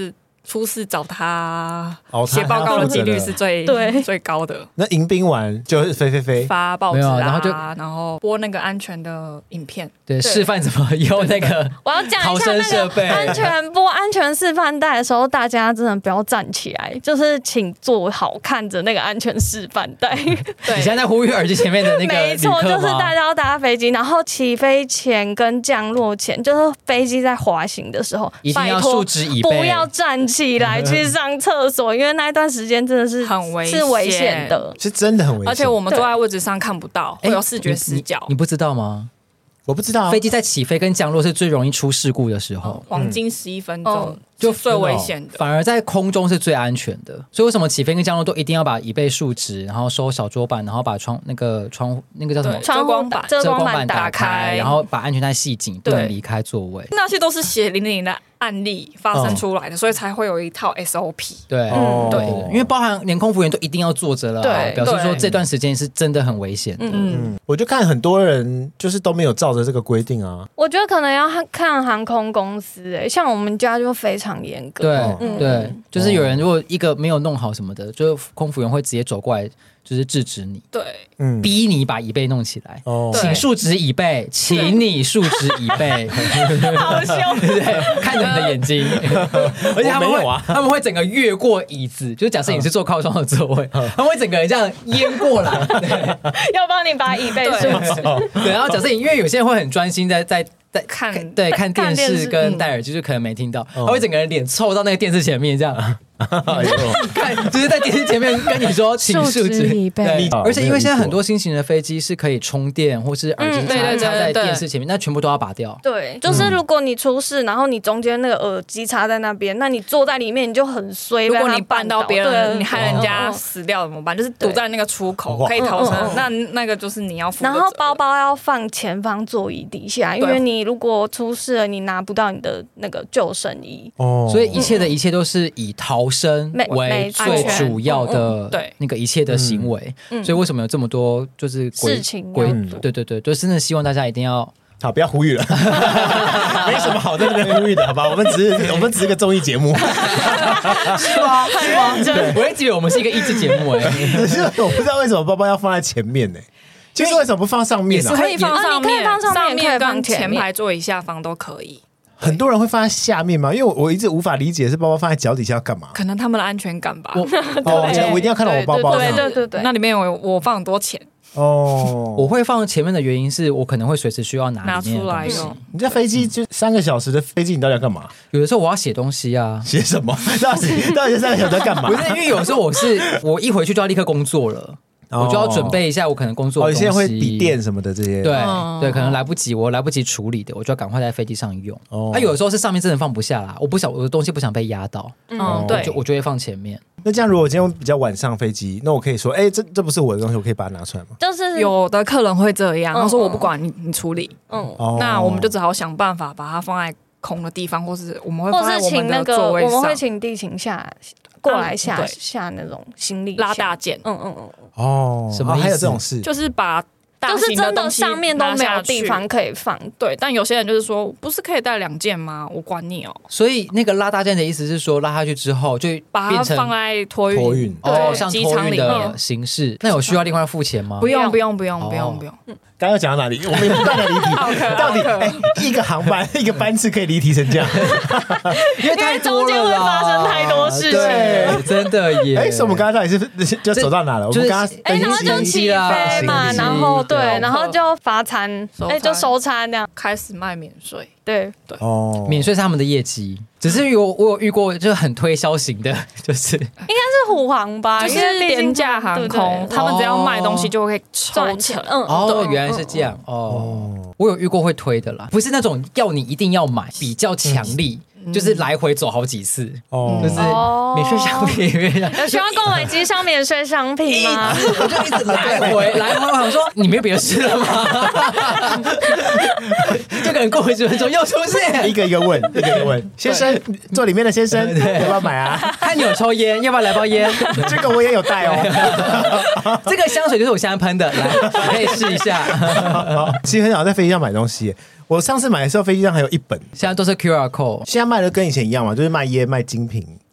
出事找他哦写报告的几率是最对最高的。 那迎宾完就是飞飞飞， 发报纸啊， 没有然后就然后播那个安全的影片， 对，示范怎么用那个我要讲逃一下那生设备个安全播安全示范带的时候，大家真的不要站起来，就是请坐好看着那个安全示范带。 对你现在在呼吁耳机前面的那个没错， 旅客吗就是大家要搭飞机，然后起飞前跟降落前，就是飞机在滑行的时候， 一定要拜托竖直椅背， 不要站起来去上厕所，因为那一段时间真的是很危险是危险的。 是真的很危险。 而且我们坐在位置上看不到， 哎会有视觉死角你。你不知道吗？ 我不知道啊飞机在起飞跟降落是最容易出事故的时候， 黄金十一分钟嗯就最危险的。 反而在空中是最安全的。所以为什么起飞跟降落都一定要把椅背竖直，然后收小桌板，然后把窗那个窗那个叫什么对窗户遮光板遮光板板打打开， 然后把安全带系紧，不能对离开座位。 那些都是血淋淋的案例发生出来的，所以才会有一套 S O P。 对， 哦对，因为包含连空服员都一定要坐着了啊， 对表示说对这段时间是真的很危险的。 嗯， 嗯，我就看很多人就是都没有照着这个规定啊。 我觉得可能要看航空公司、欸，像我们家就非常严格。 对、 嗯对，就是有人如果一个没有弄好什么的，就是空服员会直接走过来，就是制止你， 对， 嗯， 逼你把椅背弄起来。 哦对请竖直椅背，请你竖直椅背， 好凶， 对不对？看着你的眼睛，而且他们会， 我没有啊他们会整个越过椅子，就是假设你是坐靠窗的座位，他们会整个人这样淹过来，对要帮你把椅背竖直。 对。然后假设你，因为有些人会很专心在在在看对看电视看电视跟戴耳机，就可能没听到，他会整个人脸凑到那个电视前面这样。 哎呦看，就是在电视前面跟你说，请竖竖直椅背对你， 而且因为现在很多新型的飞机是可以充电，或是耳机插嗯对对对插在对电视前面，那全部都要拔掉。 对，就是如果你出事，然后你中间那个耳机插在那边，那你坐在里面你就很衰。 如果你被他绊到别对人，你害人家嗯嗯死掉怎么办？就是堵在那个出口哇可以逃生嗯嗯， 那那个就是你要负的责任。 然后包包要放前方座椅底下，因为对你如果出事了，你拿不到你的那个救生衣。 哦所以一切的一切都是以逃生没为没错最主要的嗯对那个一切的行为。 嗯所以为什么有这么多就是规事情规要做？ 对对对，就真的希望大家一定要好，不要呼吁了，没什么好在那边呼吁的，好吧？我们只是我们只是个综艺节目， 是吗？是吗？我一直以为我们是一个益智节目哎。 只是我不知道为什么包包要放在前面呢？就是为什么不放上面呢、啊？ 可以放啊上面， 你可以放上面上也可以面跟放前面前排座椅下方都可以。 很多人会放在下面吗？因为我我一直无法理解是包包放在脚底下要干嘛？ 可能他们的安全感吧。 哦，这样我一定要看到我包包对这样对对对， 那里面有我放很多钱哦。 我会放前面的原因是我可能会随时需要拿拿里面的出来东西用。 你在飞机就三个小时的飞机，你到底要干嘛？ 有的时候我要写东西啊， 写什么？到底到底三个小时在干嘛？ 不是因为有时候我是我一回去就要立刻工作了， 哦我就要准备一下我可能工作哦， 的东西。 有些人会笔电什么的这些。 对、 嗯对，可能来不及，我来不及处理的，我就要赶快在飞机上用。 哦啊，有的时候是上面真的放不下啦，我不想我的东西不想被压到， 嗯， 我对就，我就会放前面。 那这样如果今天比较晚上飞机，那我可以说，哎、这这不是我的东西，我可以把它拿出来吗？ 就是有的客人会这样， 嗯他说我不管你，你处理。 嗯， 哦那我们就只好想办法把它放在空的地方，或是我们会放或是在我们的请那个座位上我们会，请地勤下过来下、 嗯对下那种行李拉箱大件， 嗯嗯嗯， 哦， 什么意思哦还有这种事？ 就是把大就是真的型东西上面都没有拿下去地方可以放。 对，但有些人就是说，不是可以带两件吗？我管你哦， 所以那个拉大件的意思是说拉下去之后就把它变成放在托运托运哦， 对像机舱里托运的面。 形式。那有需要另外付钱吗？ 不用不用不哦用不用不用， 刚刚讲到哪里？我们也不断的离题，到底哎、一个航班一个班次可以离题成这样？ 因为太多了啦， 因为中间会发生太多事情对，真的耶。 哎、所以我们刚刚到底是就走到哪了？我就是们刚刚哎、然后就起飞嘛，然后对， 对然后就罚餐， 收哎、就餐收餐这样， 开始卖免税， 对， 哦， 免税是他们的业绩，只是有我有遇过就是很推销型的，就是是虎航吧， 就是因为毕竟廉价航空，他们只要卖东西就会抽赚成钱，。嗯， 哦， 对原来是这样哦。我有遇过会推的啦，不是那种要你一定要买，比较强力，就是来回走好几次， 哦就是哦免税商品，免税商品。 有需要购买机上免税商品吗？ 我就一直来回来回，我想说你没有别的事了吗？就可能过十分钟又出现一，个一个问，一个一个问，先生，坐里面的先生，要不要买啊？ 看你有抽烟，要不要来包烟？ 这个我也有带哦。 这个香水就是我现在喷的，来，你可以试一下。 其实很少在飞机上买东西耶。我上次买的时候，飞机上还有一本， 现在都是 Q R code， 现在卖的跟以前一样嘛，就是卖烟、卖精品。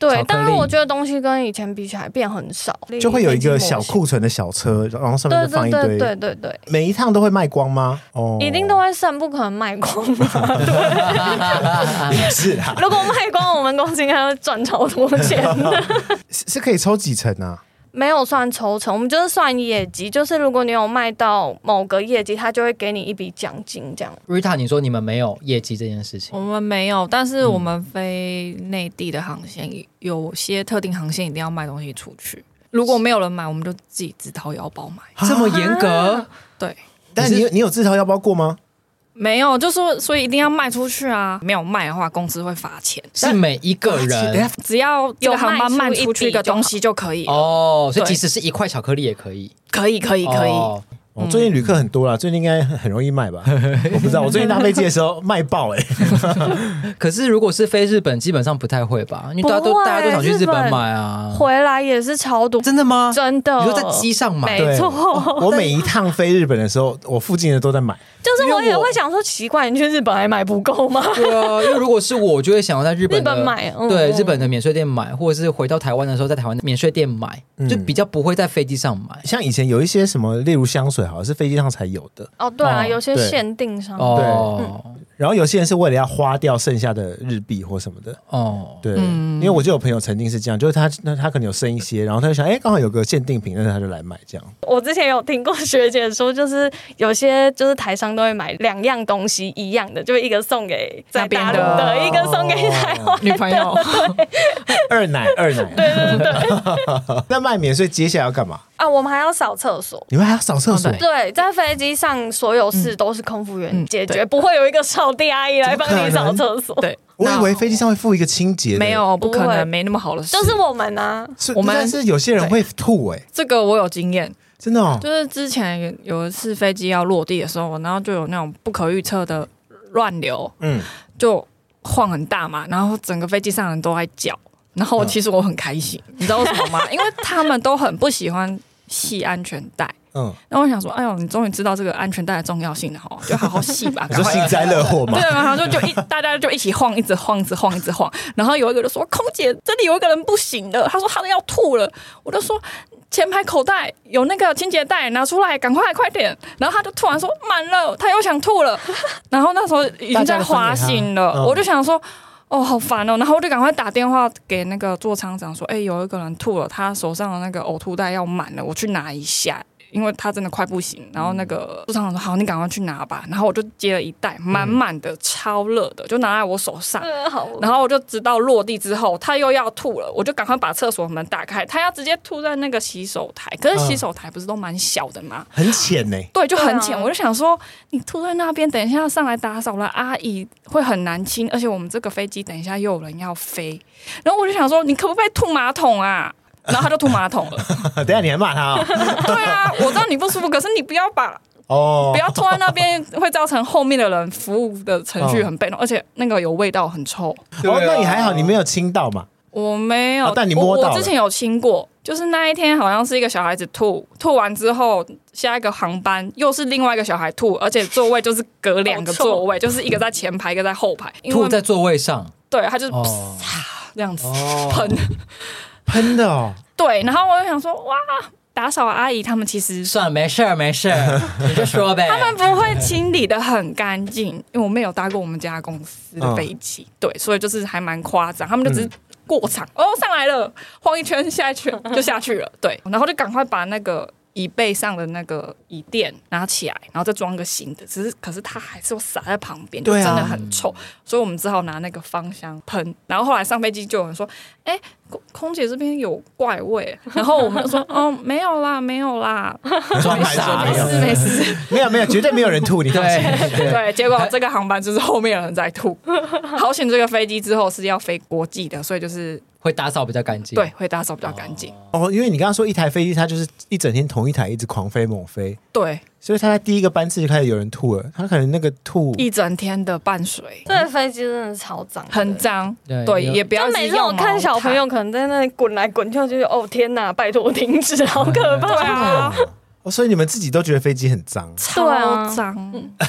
对，但是我觉得东西跟以前比起来变很少， 就会有一个小库存的小车，然后上面就放一堆。 对对对对对， 每一趟都会卖光吗？哦， 一定都会剩，不可能卖光嘛。 也是啦。 如果卖光，我们公司应该会赚超多钱的。 是是可以抽几成啊？ 没有算抽成，我们就是算业绩，就是如果你有卖到某个业绩，他就会给你一笔奖金这样。 Rita， 你说你们没有业绩这件事情？ 我们没有，但是我们飞内地的航线，有些特定航线一定要卖东西出去。如果没有人买，我们就自己自掏腰包买。 这么严格？ 对。 但你你有自掏腰包过吗？ 没有，就说所以一定要卖出去啊！没有卖的话，公司会罚钱。 是每一个人， 只要这个航班卖出去一个东西就可以哦。所以即使是一块巧克力也可以， 可以，可以，可以。哦哦，最近旅客很多啦，最近应该很容易卖吧？我不知道，我最近搭飞机的时候卖爆哎、欸。 可是如果是飞日本，基本上不太会吧？因为大家都大家都想去日本买啊， 回来也是超多。 真的吗？ 真的。 你说在机上买？ 没错。 我每一趟飞日本的时候，我附近的都在买。 就是我也会想说，奇怪，你去日本还买不够吗？ 对啊，因为如果是我，就会想要在日本日本买，嗯、 对日本的免税店买，或者是回到台湾的时候，在台湾的免税店买，嗯、就比较不会在飞机上买。 像以前有一些什么，例如香水，好像是飞机上才有的。 哦，对啊，哦、有些限定商品。 对。 哦嗯然后有些人是为了要花掉剩下的日币或什么的哦，对，嗯、因为我就有朋友曾经是这样，就是他那他可能有剩一些，然后他就想，哎，刚好有个限定品，那他就来买这样。 我之前有听过学姐说，就是有些就是台商都会买两样东西一样的，就一个送给在大陆的，一个送给台湾女朋友， 二奶二奶， 对对对。 那卖免税接下来要干嘛？ 啊，我们还要扫厕所。 你们还要扫厕所？ 哦、对，在飞机上所有事都是空服员解决，嗯、不会有一个扫地阿姨来帮你扫厕所。 对， 我以为飞机上会附一个清洁的， 没有，不可能，没那么好的事。 就是我们啊， 我们但是有些人会吐哎、欸， 这个我有经验， 真的哦。 就是之前有一次飞机要落地的时候，然后就有那种不可预测的乱流，嗯，就晃很大嘛，然后整个飞机上人都在叫。然后其实我很开心，嗯、你知道为什么吗？因为他们都很不喜欢系安全带。嗯，然后我想说，哎呦，你终于知道这个安全带的重要性了哈，就好好系吧。 你说幸灾乐祸嘛？ 对，然后就就一大家就一起晃，一直晃，一直晃，一直晃。然后有一个就说：“空姐，这里有一个人不行了。”他说他都要吐了。我就说前排口袋有那个清洁袋，拿出来，赶快快点。然后他就突然说满了，他又想吐了。然后那时候已经在滑行了，嗯、我就想说。哦，好烦哦！然后我就赶快打电话给那个座舱长说：“哎、欸，有一个人吐了，他手上的那个呕吐袋要满了，我去拿一下。”因为他真的快不行，然后那个座舱长说：“好，你赶快去拿吧。”然后我就接了一袋满满的、超热的，就拿在我手上。嗯、然后我就直到落地之后，他又要吐了，我就赶快把厕所门打开，他要直接吐在那个洗手台。可是洗手台不是都蛮小的吗？ 很浅呢、欸。 对，就很浅。啊、我就想说，你吐在那边，等一下上来打扫了，阿姨会很难清，而且我们这个飞机等一下又有人要飞。然后我就想说，你可不可以吐马桶啊？然后他就吐马桶了。 等一下你还骂他哦？ 对啊，我知道你不舒服，可是你不要把哦，不要吐在那边，会造成后面的人服务的程序很被动，哦、而且那个有味道，很臭。 哦，那你还好，你没有亲到嘛？ 我没有， 哦、但你摸到了。 我, 我之前有亲过，就是那一天好像是一个小孩子吐，吐完之后，下一个航班又是另外一个小孩吐，而且座位就是隔两个座位，就是一个在前排，一个在后排， 吐在座位上。 对，他就是、哦、这样子喷。哦喷的哦， 对，然后我就想说，哇，打扫阿姨他们其实算了，没事儿，没事儿，你就说呗。 他们不会清理的很干净，因为我没有搭过我们家公司的飞机，嗯、对，所以就是还蛮夸张。他们就只是过场，嗯、哦，上来了，晃一圈，下一圈就下去了，对，然后就赶快把那个椅背上的那个椅垫拿起来，然后再装个新的。只是可是它还是有洒在旁边，就真的很臭，啊、所以我们只好拿那个芳香喷。然后后来上飞机就有人说：“哎、欸，空姐这边有怪味。”然后我们就说：“哦，没有啦，没有啦， 没事没事， 没有没有，绝对没有人吐，你放心。” 对对，结果这个航班就是后面有人在吐。好险，这个飞机之后是要飞国际的，所以就是会打扫比较干净。 对，会打扫比较干净。 哦，因为你刚刚说一台飞机，它就是一整天同一台一直狂飞猛飞。 对。 所以他在第一个班次就开始有人吐了，他可能那个吐一整天的伴随。 这个飞机真的超脏， 很脏。对，对也不要。 就每次我看小朋友可能在那里滚来滚去，就觉得哦天哪，拜托停止，好可怕。 对啊。 哦，所以你们自己都觉得飞机很脏， 超脏。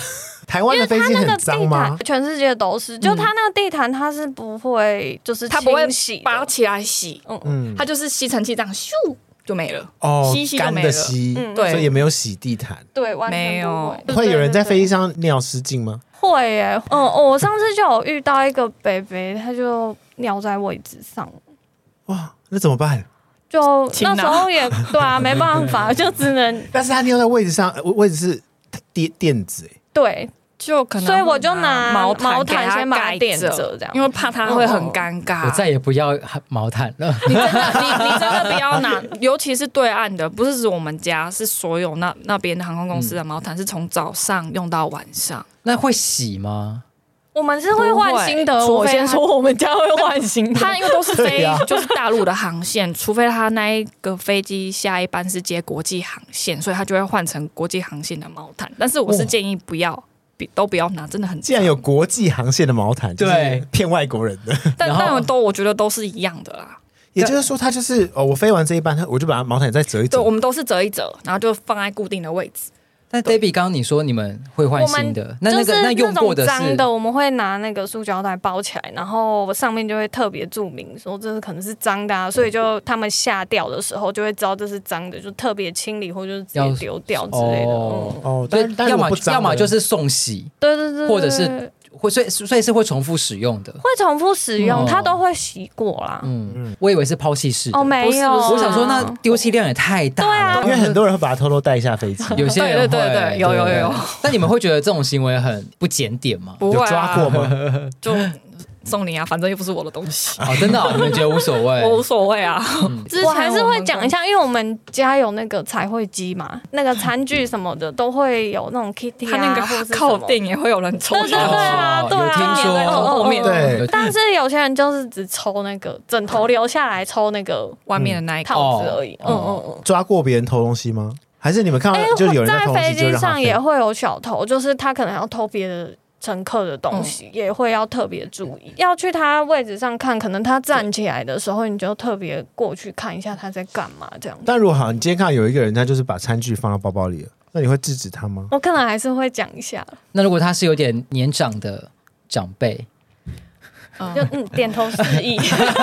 台湾的飞机很脏吗？ 全世界都是，就它那个地毯它是不会就是它不会洗拔起来洗， 嗯嗯， 它就是吸尘器这样咻就没了， 哦， 吸吸就没了， 干的吸， 嗯对， 所以也没有洗地毯， 对，完全没有。 会有人在飞机上尿失禁吗？ 会耶，嗯，我上次就有遇到一个北北，他就尿在位置上， 哇，那怎么办？ 就亲啊那时候也对啊，没办法，就只能但是他尿在位置上，位置是垫垫子哎， 对。 就可能， 所以我就拿毛毛毯先把它盖垫着，这样， 因为怕它会很尴尬。 我再也不要毛毯了。 你真的，你你真的不要拿，尤其是对岸的，不是指我们家，是所有那那边的航空公司的毛毯，是从早上用到晚上。 那会洗吗？ 我们是会换新的。 我我先说，我们家会换新的。 它因为都是飞，就是大陆的航线，除非它那一个飞机下一班是接国际航线，所以它就会换成国际航线的毛毯。但是我是建议不要。都不要拿，真的很。 既然有国际航线的毛毯，对，骗外国人的。 但但都我觉得都是一样的啦。 也就是说，它就是哦，我飞完这一班，我就把毛毯再折一折。 对，我们都是折一折，然后就放在固定的位置。 但 Debbie 刚刚你说你们会换新的，那那个那用过的是脏的，我们会拿那个塑胶袋包起来，然后上面就会特别注明说这是可能是脏的、啊，所以就他们下掉的时候就会知道这是脏的，就特别清理或者是直接丢掉之类的。 哦， 嗯、 哦但但要么要么就是送洗， 对对 对, 对， 或者是。会所以所以是会重复使用的， 会重复使用，它、嗯、都会洗过啦。 嗯嗯，我以为是抛弃式的哦，没有， 我想说那丢弃量也太大了， 对啊， 因为很多人会把它偷偷带下飞机， 有些人会， 对对对，有有有。 但你们会觉得这种行为很不检点吗？ 不会、啊， 有抓过吗？ 就。送你啊，反正又不是我的东西。 哦，真的、哦，你们觉得无所谓？ 我无所谓啊、 嗯。我还是会讲一下，因为我们家有那个彩绘机嘛，那个餐具什么的都会有那种 Kitty 啊， 它那个靠垫也会有人抽下来。对对啊，对啊， 有听说后面对。 但是有些人就是只抽那个枕头留下来，抽那个外面的那一套子而已。嗯嗯嗯。 抓过别人偷东西吗？还是你们看到就有人在偷东西就让他飞？ 在飞机上也会有小偷，就是他可能要偷别的。乘客的东西也会要特别注意，要去他位置上看，可能他站起来的时候，你就特别过去看一下他在干嘛这样。 但如果好，你今天看到有一个人，他就是把餐具放到包包里了，那你会制止他吗？ 我可能还是会讲一下。 那如果他是有点年长的长辈， 就嗯点头示意，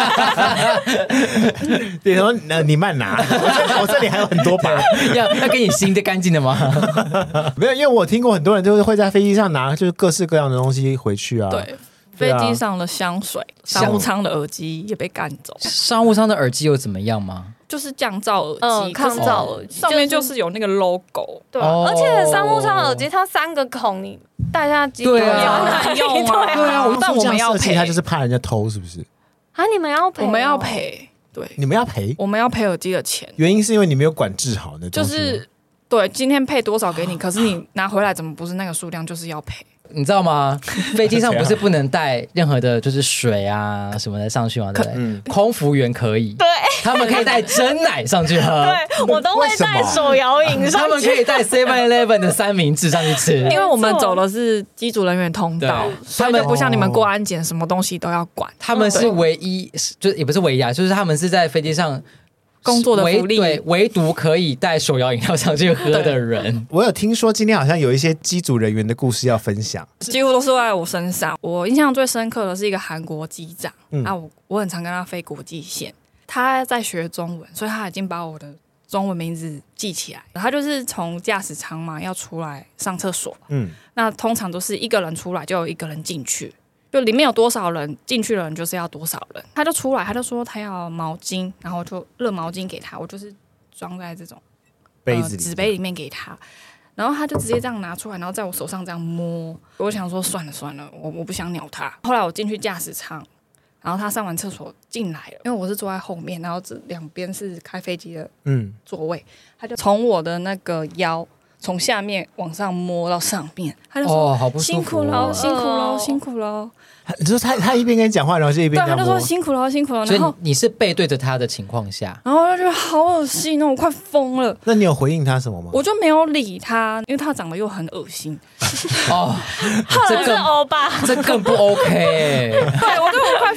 点头，那你慢拿，我这里还有很多把， 要要给你新的干净的吗？ 没有，因为我听过很多人就是会在飞机上拿就是各式各样的东西回去啊。 对，飞机上的香水、商务舱的耳机也被赶走。 商务舱的耳机又怎么样吗？ 就是降噪耳机， 嗯，抗噪耳机上面就是有那个 logo， 对、啊哦，而且商务舱耳机它三个孔，你戴下机对啊，难用啊， 对啊， 但我们要赔， 他就是怕人家偷，是不是？ 啊，你们要赔、哦， 我们要赔，对， 你们要赔， 我们要赔耳机的钱， 原因是因为你没有管制好的， 就是对，今天配多少给你，可是你拿回来怎么不是那个数量，就是要赔。 你知道吗？飞机上不是不能带任何的，就是水啊什么的上去吗？对不对？嗯、空服员可以， 对， 他们可以带真奶上去喝。 对，我都会带手摇饮上去。 他们可以带 seven eleven 的三明治上去吃， 因为我们走的是机组人员通道，他们不像你们过安检，什么东西都要管。 他们是唯一，就也不是唯一啊，就是他们是在飞机上。 工作的福利， 对，唯独可以带手摇饮料上去喝的人。 我有听说今天好像有一些机组人员的故事要分享， 几乎都是在我身上。我印象最深刻的是一个韩国机长，嗯、啊，我我很常跟他飞国际线，他在学中文，所以他已经把我的中文名字记起来。他就是从驾驶舱嘛要出来上厕所，嗯，那通常都是一个人出来就有一个人进去。就里面有多少人进去的人就是要多少人，他就出来，他就说他要毛巾，然后就热毛巾给他，我就是装在这种杯子里、 纸、呃、杯里面给他，然后他就直接这样拿出来，然后在我手上这样摸，我想说算了算了，我我不想鸟他。后来我进去驾驶舱，然后他上完厕所进来了，因为我是坐在后面，然后这两边是开飞机的座位，嗯、他就从我的那个腰。从下面往上摸到上面，他就说：“ 哦、好不舒服哦、 辛苦了，辛苦了，辛苦了。” 你说他他一边跟你讲话，然后就一边对，他就说辛苦了，辛苦了。 然后你是背对着他的情况下， 然后我就觉得好恶心哦，我快疯了。 那你有回应他什么吗？ 我就没有理他，因为他长得又很恶心。 哦， 这更欧巴， 这更不 OK。 对，我就我快疯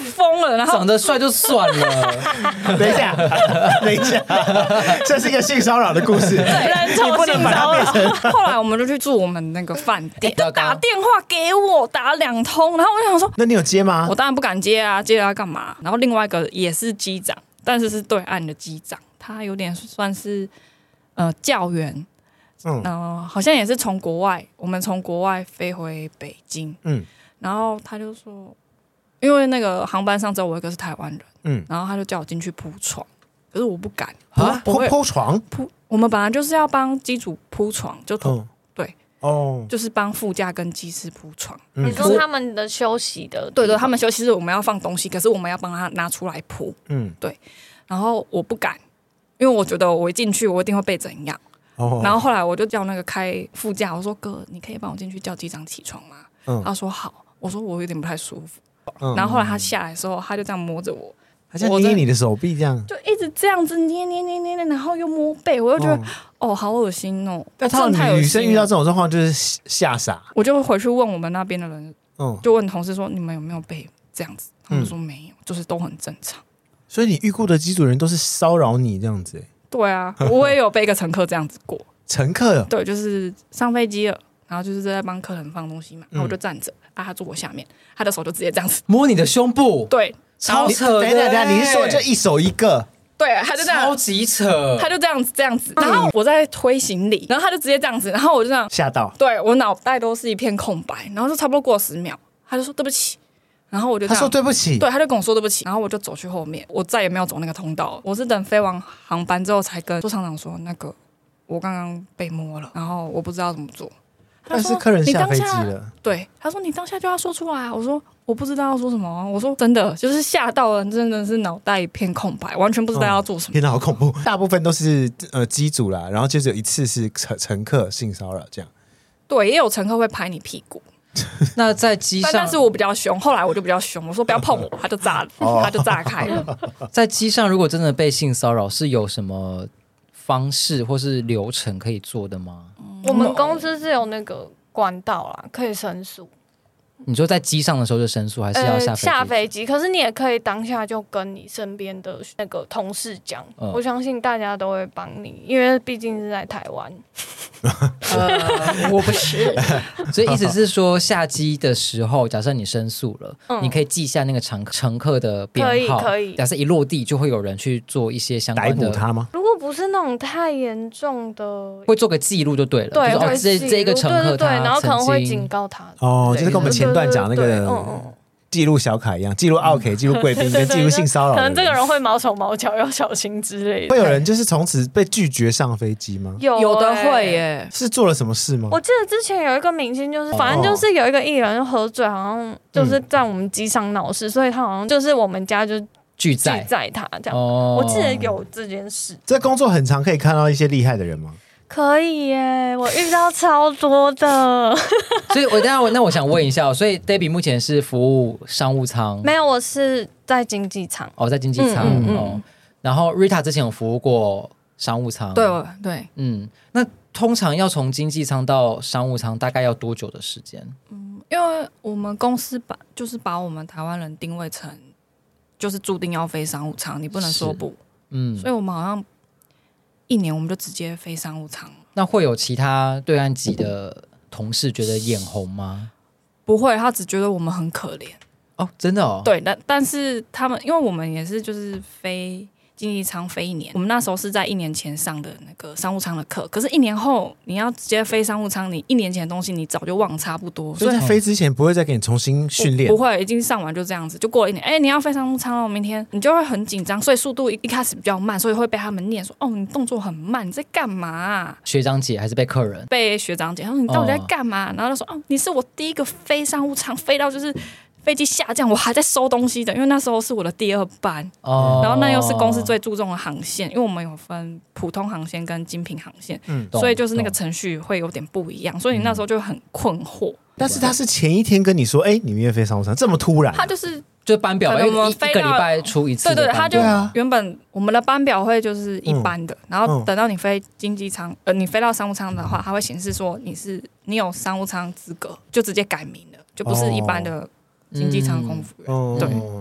了，然后长得帅就算了。 等一下，等一下，这是一个性骚扰的故事， 你不能把它变成。 后来我们就去住我们那个饭店， 欸就打电话给我，打两通，然后我就想说， 那你有接吗我？当然不敢接啊，接了要干嘛？然后另外一个也是机长，但是是对岸的机长，他有点算是呃教员， 嗯然后好像也是从国外，我们从国外飞回北京， 嗯然后他就说，因为那个航班上只有我一个是台湾人， 嗯， 然后他就叫我进去铺床，可是我不敢啊，铺我会铺床， 铺，我们本来就是要帮机组铺床，就同、 嗯， 对， 哦， 就是帮副驾跟机师铺床。 嗯你说他们的休息的， 对对，他们休息室我们要放东西，可是我们要帮他拿出来铺。 嗯， 然后我不敢，因为我觉得我一进去我一定会被怎样。 哦， 然后后来我就叫那个开副驾，我说哥，你可以帮我进去叫机长起床吗？ 嗯他说好。我说我有点不太舒服。 嗯然后后来他下来的时候，他就这样摸着我， 他像捏你的手臂这样， 就一直这样子捏捏捏捏捏，然后又摸背，我就觉得、 哦哦好恶心哦。 但他真的太恶心了女生遇到这种状况就是吓傻， 我就回去问我们那边的人， 嗯， 就问同事说你们有没有被这样子？他们说没有，就是都很正常。 所以你遇过的机组人都是骚扰你这样子， 对啊，我也有被一个乘客这样子过。 乘客对，就是上飞机了，然后就是在帮客人放东西嘛，然后我就站着， 嗯啊，他坐我下面，他的手就直接这样子， 摸你的胸部， 对， 超扯的。 等一下等一下，你是说就一手一个？ 对，他就这样超，级扯， 他就这样子这样子，然后我在推行李，然后他就直接这样子，然后我就这样， 吓到， 对我脑袋都是一片空白，然后就差不多过十秒，他就说对不起，然后我就这他样说对不起， 对，他就跟我说对不起，然后我就走去后面，我再也没有走那个通道了。我是等飞完航班之后才跟周厂长说，那个我刚刚被摸了，然后我不知道怎么做。他说但是客人你下飞机当下了， 对，他说你当下就要说出来啊。我说我不知道要说什么啊。我说真的，就是吓到了，真的是脑袋一片空白，完全不知道要做什么。 天哪，好恐怖！大部分都是呃机组啦，然后就只有一次是乘乘客性骚扰这样。 对，也有乘客会拍你屁股， 那在机上， 但但是我比较凶，后来我就比较凶，我说不要碰我，他就炸了， 哦他就炸开了。 在机上，如果真的被性骚扰，是有什么方式或是流程可以做的吗？ 我们公司是有那个管道啦，可以申诉。 你说在机上的时候就申诉，还是要下飞机？ 呃、下飞机，可是你也可以当下就跟你身边的那个同事讲， 嗯我相信大家都会帮你，因为毕竟是在台湾。 呃，我不是， 所以意思是说，下机的时候，假设你申诉了， 嗯你可以记下那个乘乘客的编可以号， 可以假设一落地，就会有人去做一些相关的， 逮捕他吗？ 如果不是那种太严重的， 会做个记录就对了。 对， 就是、哦、 会这记录这一个乘客对对对， 他然后可能会曾经警告他。 哦， 对就是跟我们前段讲那对对对个嗯嗯记录小卡一样，记录奥 K，记录贵宾跟记录性骚扰的人。 可能这个人会毛手毛脚，要小心之类的。 会有人就是从此被拒绝上飞机吗？ 有有的欸会耶。 是做了什么事吗？ 我记得之前有一个明星，就是反正就是有一个艺人喝醉，好像就是在我们机上闹事，所以他好像就是我们家就拒拒载。 载他这样。 哦我记得有这件事。 这工作很常可以看到一些厉害的人吗？ 可以耶，我遇到超多的。 所以我等一下我那我想问一下哦，所以 Debbie 目前是服务商务舱， 没有，我是在经济舱。 哦，在经济舱、 嗯嗯嗯哦。然后 Rita 之前有服务过商务舱， 对对， 嗯，那通常要从经济舱到商务舱大概要多久的时间？ 因为我们公司把就是把我们台湾人定位成就是注定要飞商务舱，你不能说不， 嗯， 所以我们好像一年我们就直接飞商务舱了。 那会有其他对岸籍的同事觉得眼红吗？ 不会，他只觉得我们很可怜。 哦，真的哦， 对，但但是他们，因为我们也是就是飞经济舱飞一年，我们那时候是在一年前上的那个商务舱的课，可是，一年后你要直接飞商务舱，你一年前的东西你早就忘差不多， 所以在飞之前不会再给你重新训练不，不会，已经上完就这样子，就过了一年。哎，你要飞商务舱哦，明天你就会很紧张，所以速度一一开始比较慢，所以会被他们念说：“哦，你动作很慢，你在干嘛啊、 学长姐还是被客人？ 被学长姐他说：“你到底在干嘛？”然后就说：“哦，你是我第一个飞商务舱，飞到就是飞机下降，我还在收东西的，因为那时候是我的第二班。” 哦， 然后那又是公司最注重的航线，因为我们有分普通航线跟精品航线， 嗯， 懂所以就是那个懂程序会有点不一样，所以你那时候就很困惑。 但是他是前一天跟你说，哎，你明天飞商务舱，这么突然啊， 他就是就班表， 可能因为一一我们飞到个礼拜出一次对对，他就的班表， 对啊原本我们的班表会就是一般的，然后嗯等到你飞经济舱，呃，你飞到商务舱的话，它会显示说你是你有商务舱资格，就直接改名了，就不是一般的经济舱空服员。 哦， 对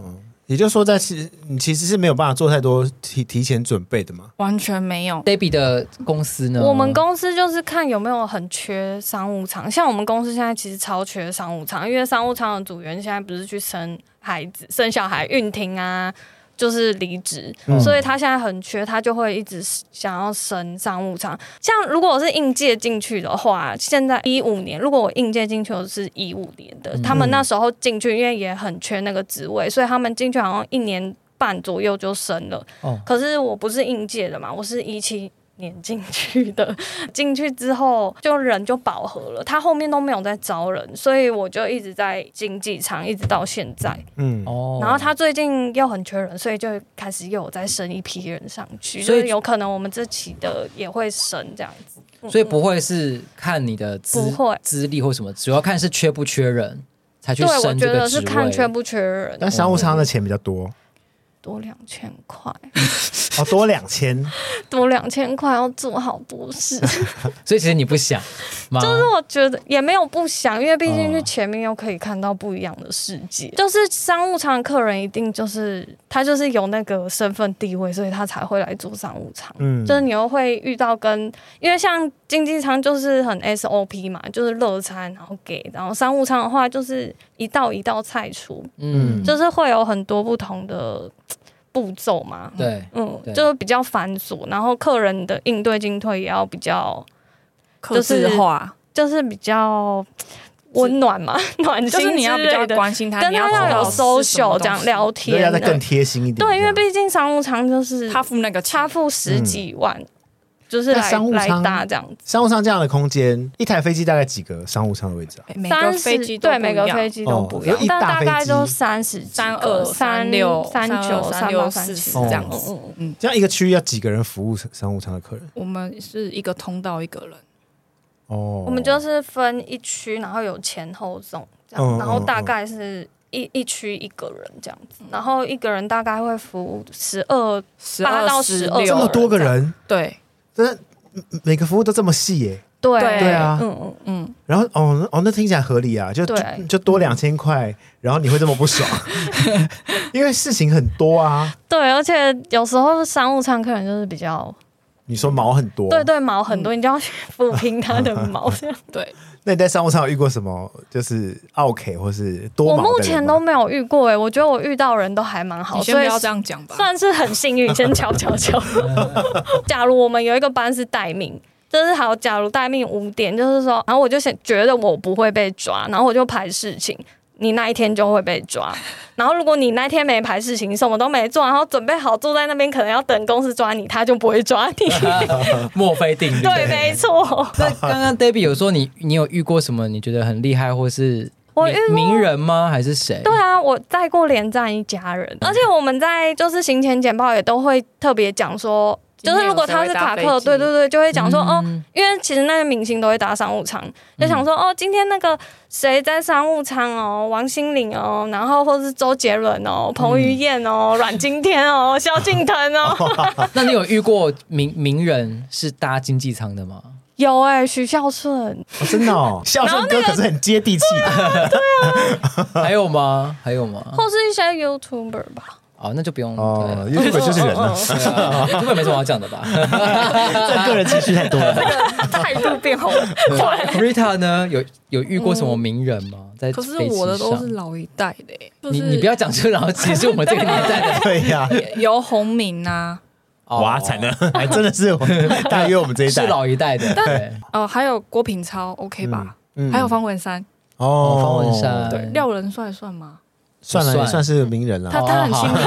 也就是说在其你其实是没有办法做太多提提前准备的嘛？ 完全没有。 Debbie 的公司呢？ 我们公司就是看有没有很缺商务舱，像我们公司现在其实超缺商务舱，因为商务舱的组员现在不是去生孩子、生小孩、孕停啊。就是离职、嗯，所以他现在很缺，他就会一直想要升商务舱。像如果我是应届进去的话，现在一五年，如果我应届进去我是一五年的、嗯，他们那时候进去，因为也很缺那个职位，所以他们进去好像一年半左右就升了。哦、可是我不是应届的嘛，我是一七年进去的，进去之后就人就饱和了，他后面都没有在招人，所以我就一直在经济舱，一直到现在。嗯，哦。然后他最近又很缺人，所以就开始又有再升一批人上去，所以有可能我们这期的也会升这样子。 所以不会是看你的资资历或什么，主要看是缺不缺人才去升这个职位。 对，我觉得是看缺不缺人。 但商务舱的钱比较多。 多两千块哦，多两千， 多两千块要做好多事， 所以其实你不想吗？ 就是我觉得也没有不想，因为毕竟去前面又可以看到不一样的世界。哦、就是商务舱的客人一定就是他就是有那个身份地位，所以他才会来做商务舱。嗯，就是你又会遇到跟，因为像经济舱就是很 S O P 嘛，就是热餐然后给，然后商务舱的话就是一道一道菜出，嗯，就是会有很多不同的步骤嘛， 对， 嗯，就是比较繁琐，然后客人的应对进退也要比较客制化， 就是比较温暖嘛，暖心之类的， 就是你要比较关心他， 跟他要有 social 这样聊天， 要再更贴心一点。 对，因为毕竟商务舱就是他付那个他付十几万。嗯，就是来来搭这样子， 商务舱这样的空间，一台飞机大概几个商务舱的位置啊？ 每个飞机对每个飞机都不一样， 哦、 但大概就三十、 三二、三六、 三九、 三六、四十这样子。 嗯嗯，这样一个区域要几个人服务商务舱的客人？ 我们是一个通道一个人。 哦， 我们就是分一区，然后有前后送这样，嗯、然后大概是一一区一个人这样子，然后一个人大概会服务十二、八到十二， 这么多个人， 对。 真的每个服务都这么细耶？ 对对啊， 嗯嗯嗯。 然后哦哦，那听起来合理啊，就就, 就多两千块，然后你会这么不爽，因为事情很多啊。 对，而且有时候商务舱客人就是比较， 你说毛很多， 对对，毛很多，嗯、你就要去抚平他的毛，这样对。 那你在商务舱有遇过什么就是奥 K 或是多毛的人吗？ 我目前都没有遇过哎、欸，我觉得我遇到人都还蛮好， 你先不要这样讲吧， 算是很幸运。先瞧瞧瞧。假如我们有一个班是待命，就是好，假如待命五点，就是说，然后我就想觉得我不会被抓，然后我就排事情。你那一天就会被抓，然后如果你那天没排事情，你什么都没做，然后准备好坐在那边，可能要等公司抓你，他就不会抓你。 墨菲定律。 对，没错。 那刚刚 Debbie 有说你你有遇过什么你觉得很厉害或是我遇名人吗？还是谁？ 对啊，我带过连战一家人，而且我们在就是行前简报也都会特别讲说。就是如果他是卡克，对对对，就会讲说、嗯、哦，因为其实那些明星都会搭商务舱，就想说、嗯、哦，今天那个谁在商务舱哦，王心凌哦，然后或是周杰伦哦，彭于晏哦，阮经天哦，萧敬腾哦。 那你有遇过名名人是搭经济舱的吗？ 有哎、欸，许孝顺、 哦，真的哦，孝顺哥可是很接地气的。 对啊， 还有吗？还有吗？ 或是一些 YouTuber 吧。 哦，那就不用哦 ，YouTube 就是人了 ，YouTube 没什么好讲的吧？ 这个人情绪太多了， 态度变好了。 Rita 呢，有有遇过什么名人吗？在可是我的都是老一代的、欸， 你你不要讲出，然后其实我们这个年代的， 对呀， 游鸿明啊， 哇，惨了，还真的是大约我们这一代是老一代的，对， 哦，还有郭品超 ，OK 吧？嗯，还有方文山， 哦，方文山， 对，廖仁帅算吗？ 算了，也算是名人了。 他他很辛苦，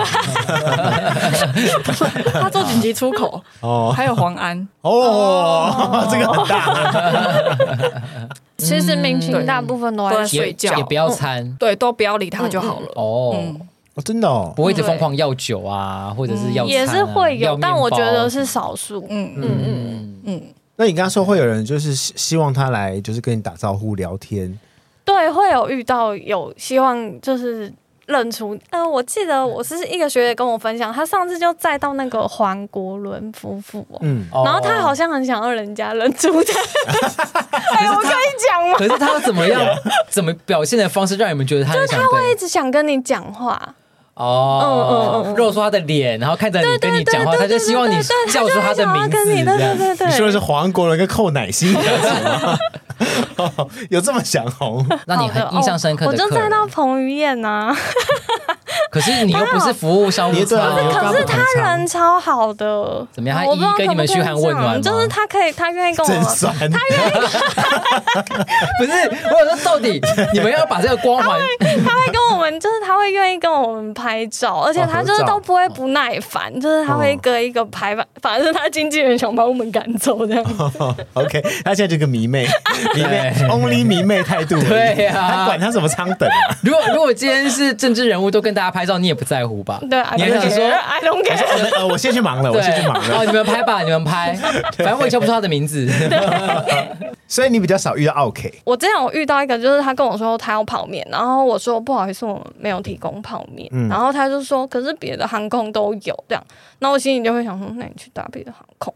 他做紧急出口哦，还有黄安哦，这个很大。 其实明星大部分都在睡觉， 也不要参， 对，都不要理他就好了。 哦， 真的哦， 不会一直疯狂要酒啊，或者是要也是会有，但我觉得是少数。嗯嗯嗯嗯。那你刚刚说会有人就是希望他来，就是跟你打招呼聊天？ 对，会有遇到有希望就是。认出，呃，我记得我是一个学姐跟我分享，她上次就载到那个黄国伦夫妇哦，嗯，然后她好像很想让人家认出他，哎，我可以讲吗？ 可是他怎么样，怎么表现的方式让你们觉得他就是他会一直想跟你讲话。 哦，肉说他的脸，然后看着你跟你讲话，他就希望你叫出他的名字。 对对对对， 你说的是黄国伦跟寇乃馨的吗？有这么想红？ 让你很印象深刻的客人？ 我就载到彭于晏呐。 可是你又不是服务商务舱， 可是他人超好的。 怎么样？他一跟你们嘘寒问暖吗？ 就是他可以，他愿意跟我， 真酸。 他愿意。 不是，我有说到底你们要把这个光环， 他会跟我们，就是他会愿意跟我们拍照，而且他就是都不会不耐烦，就是他会一个一个拍，反正是他经纪人想把我们赶走这样子。 OK， 他现在这个迷妹，迷妹 ，only 迷妹态度。 对呀， 他管他什么舱等啊？ 如果如果今天是政治人物都跟大家拍照，你也不在乎吧？ 对， 你还想说 I don't care。 呃，我先去忙了，我先去忙了。 哦，你们拍吧，你们拍，反正我也叫不出他的名字。 所以你比较少遇到 OK。 我之前有遇到一个，就是他跟我说他要泡面，然后我说不好意思，我们没有提供泡面，嗯、然后他就说可是别的航空都有这样，那我心里就会想说，那你去搭别的航空。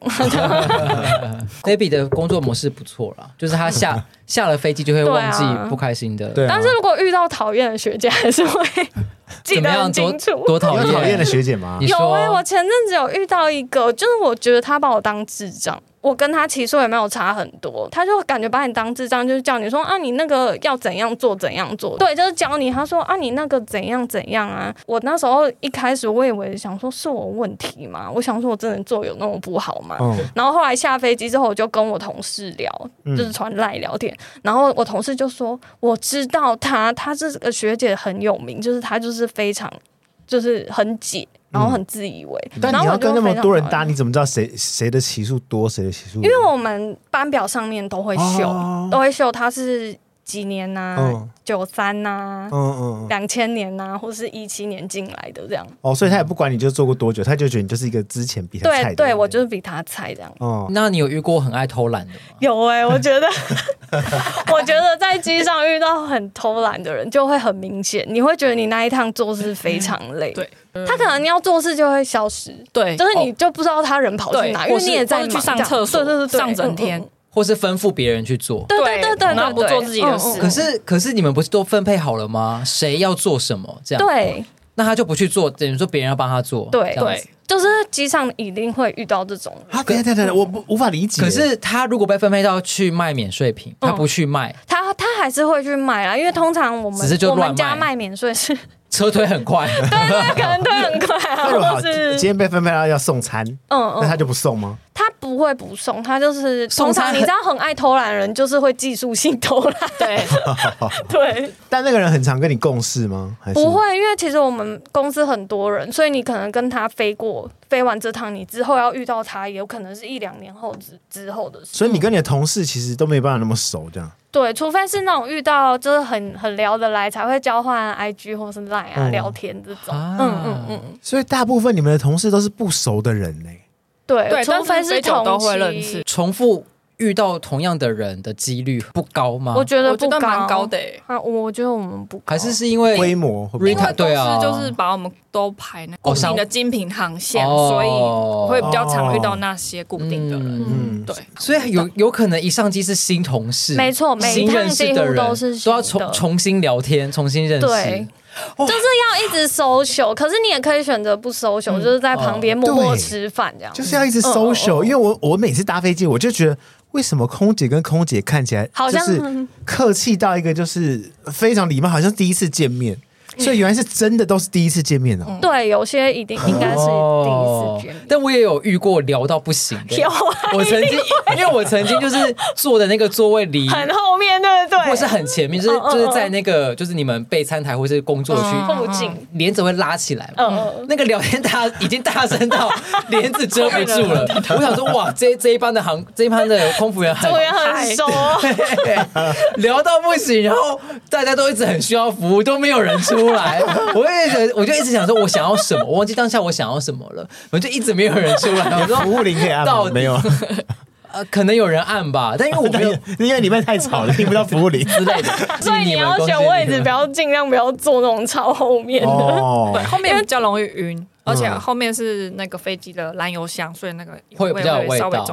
Baby 的工作模式不错啦，就是他下下了飞机就会忘记不开心的。 对、啊， 但是如果遇到讨厌的学姐，还是会记得很清楚。 多讨厌？ 有讨厌的学姐吗？ 有哎、欸，我前阵子有遇到一个，就是我觉得他把我当智障。我跟他起诉也没有差很多，他就感觉把你当智障，就是叫你说啊，你那个要怎样做怎样做，对，就是教你。他说啊，你那个怎样怎样啊。我那时候一开始我以为想说是我问题嘛，我想说我真的做有那么不好吗？嗯、然后后来下飞机之后，我就跟我同事聊，就是传赖聊天，嗯、然后我同事就说，我知道他，他这个学姐很有名，就是他就是非常就是很解。然后很自以为， 嗯、但你要跟那么多人搭，你怎么知道谁谁的期数多，谁的期数？ 因为我们班表上面都会秀，哦、都会秀他是几年呐、啊，九三呐，嗯嗯，两千年呐、啊，或是一七年进来的这样。 哦，所以他也不管你就做过多久，他就觉得你就是一个之前比他菜的。 对对，我就是比他菜这样。 哦，那你有遇过很爱偷懒的吗？ 有哎、欸，我觉得，我觉得在机上遇到很偷懒的人，就会很明显，你会觉得你那一趟做事非常累。对。他可能你要做事就会消失，对，就是你就不知道他人跑去哪，因为你也在去上厕所，对对对，上整天， 或是吩咐别人去做， 对对对对， 然后不做自己的事。 可是可是你们不是都分配好了吗？谁要做什么？这样对， 那他就不去做，等于说别人要帮他做， 对对，就是机上一定会遇到这种。 啊，对对对，我不无法理解。 可是他如果被分配到去卖免税品，他不去卖， 他他还是会去卖啦，因为通常我们只是就我们家卖免税是。 车推很快， 对对，可能推很快啊。 或是今天被分配到要送餐，嗯嗯，那他就不送吗？ 他不会不送，他就是通常你知道很爱偷懒的人，就是会技术性偷懒。对对。 但那个人很常跟你共事吗？还是不会，因为其实我们公司很多人，所以你可能跟他飞过，飞完这趟，你之后要遇到他，也有可能是一两年后之之后的事。 所以你跟你的同事其实都没办法那么熟，这样。 对，除非是那种遇到就是很很聊得来，才会交换 I G 或是 Line 啊、嗯、聊天这种。啊、嗯嗯嗯。 所以大部分你们的同事都是不熟的人呢、欸。 对， 对， 除非是同都会认识， 重复遇到同样的人的几率不高吗？ 我觉得不高， 蛮高的、欸。 啊，我觉得我们不高， 还是是因为规模会不会？ 因为对啊， 就是把我们都排那固定的精品航线，哦、所以会比较常遇到那些固定的人。嗯，嗯对， 所以有有可能一上机是新同事， 没错，每一趟几乎都是都要重重新聊天，重新认识。 对。就是要一直social，可是你也可以选择不 social，、嗯、就是在旁边默默吃饭这样、 哦。就是要一直 social，、嗯、因为我我每次搭飞机，我就觉得为什么空姐跟空姐看起来就是客气到一个就是非常礼貌，好像第一次见面。所以原来是真的都是第一次见面哦。 嗯、对，有些一定应该是第一次见面、哦。 但我也有遇过聊到不行的。 有啊， 我曾经因为我曾经就是坐的那个座位离很后面，对不对？ 或是很前面，就是、嗯、就是在那个就是你们备餐台或是工作区、 嗯、附近， 帘子会拉起来嘛。嗯、那个聊天大已经大声到帘子遮不住了。我想说哇，这这一班的航这一班的空服员很很熟， 聊到不行，然后大家都一直很需要服务，都没有人出来。我也我就一直想说，我想要什么，我忘记当下我想要什么了，我就一直没有人出来。我说服务铃可以按吗？没有。 呃，可能有人按吧，但因为我没有， 因为里面太吵了，听不到服务铃之类的。 所以你要选位置，不要尽量不要坐那种超后面的， 哦、 对，后面比较容易晕，而且后面是那个飞机的燃油箱，所以那个会比较有味道。 稍微重点。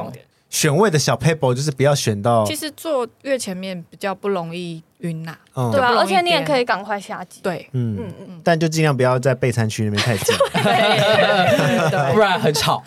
选位的小 paper 就是不要选到， 其实坐越前面比较不容易晕呐、啊嗯、 对啊， 而且你也可以赶快下机。 对， 嗯嗯嗯，但就尽量不要在备餐区那边太近， 不然很吵。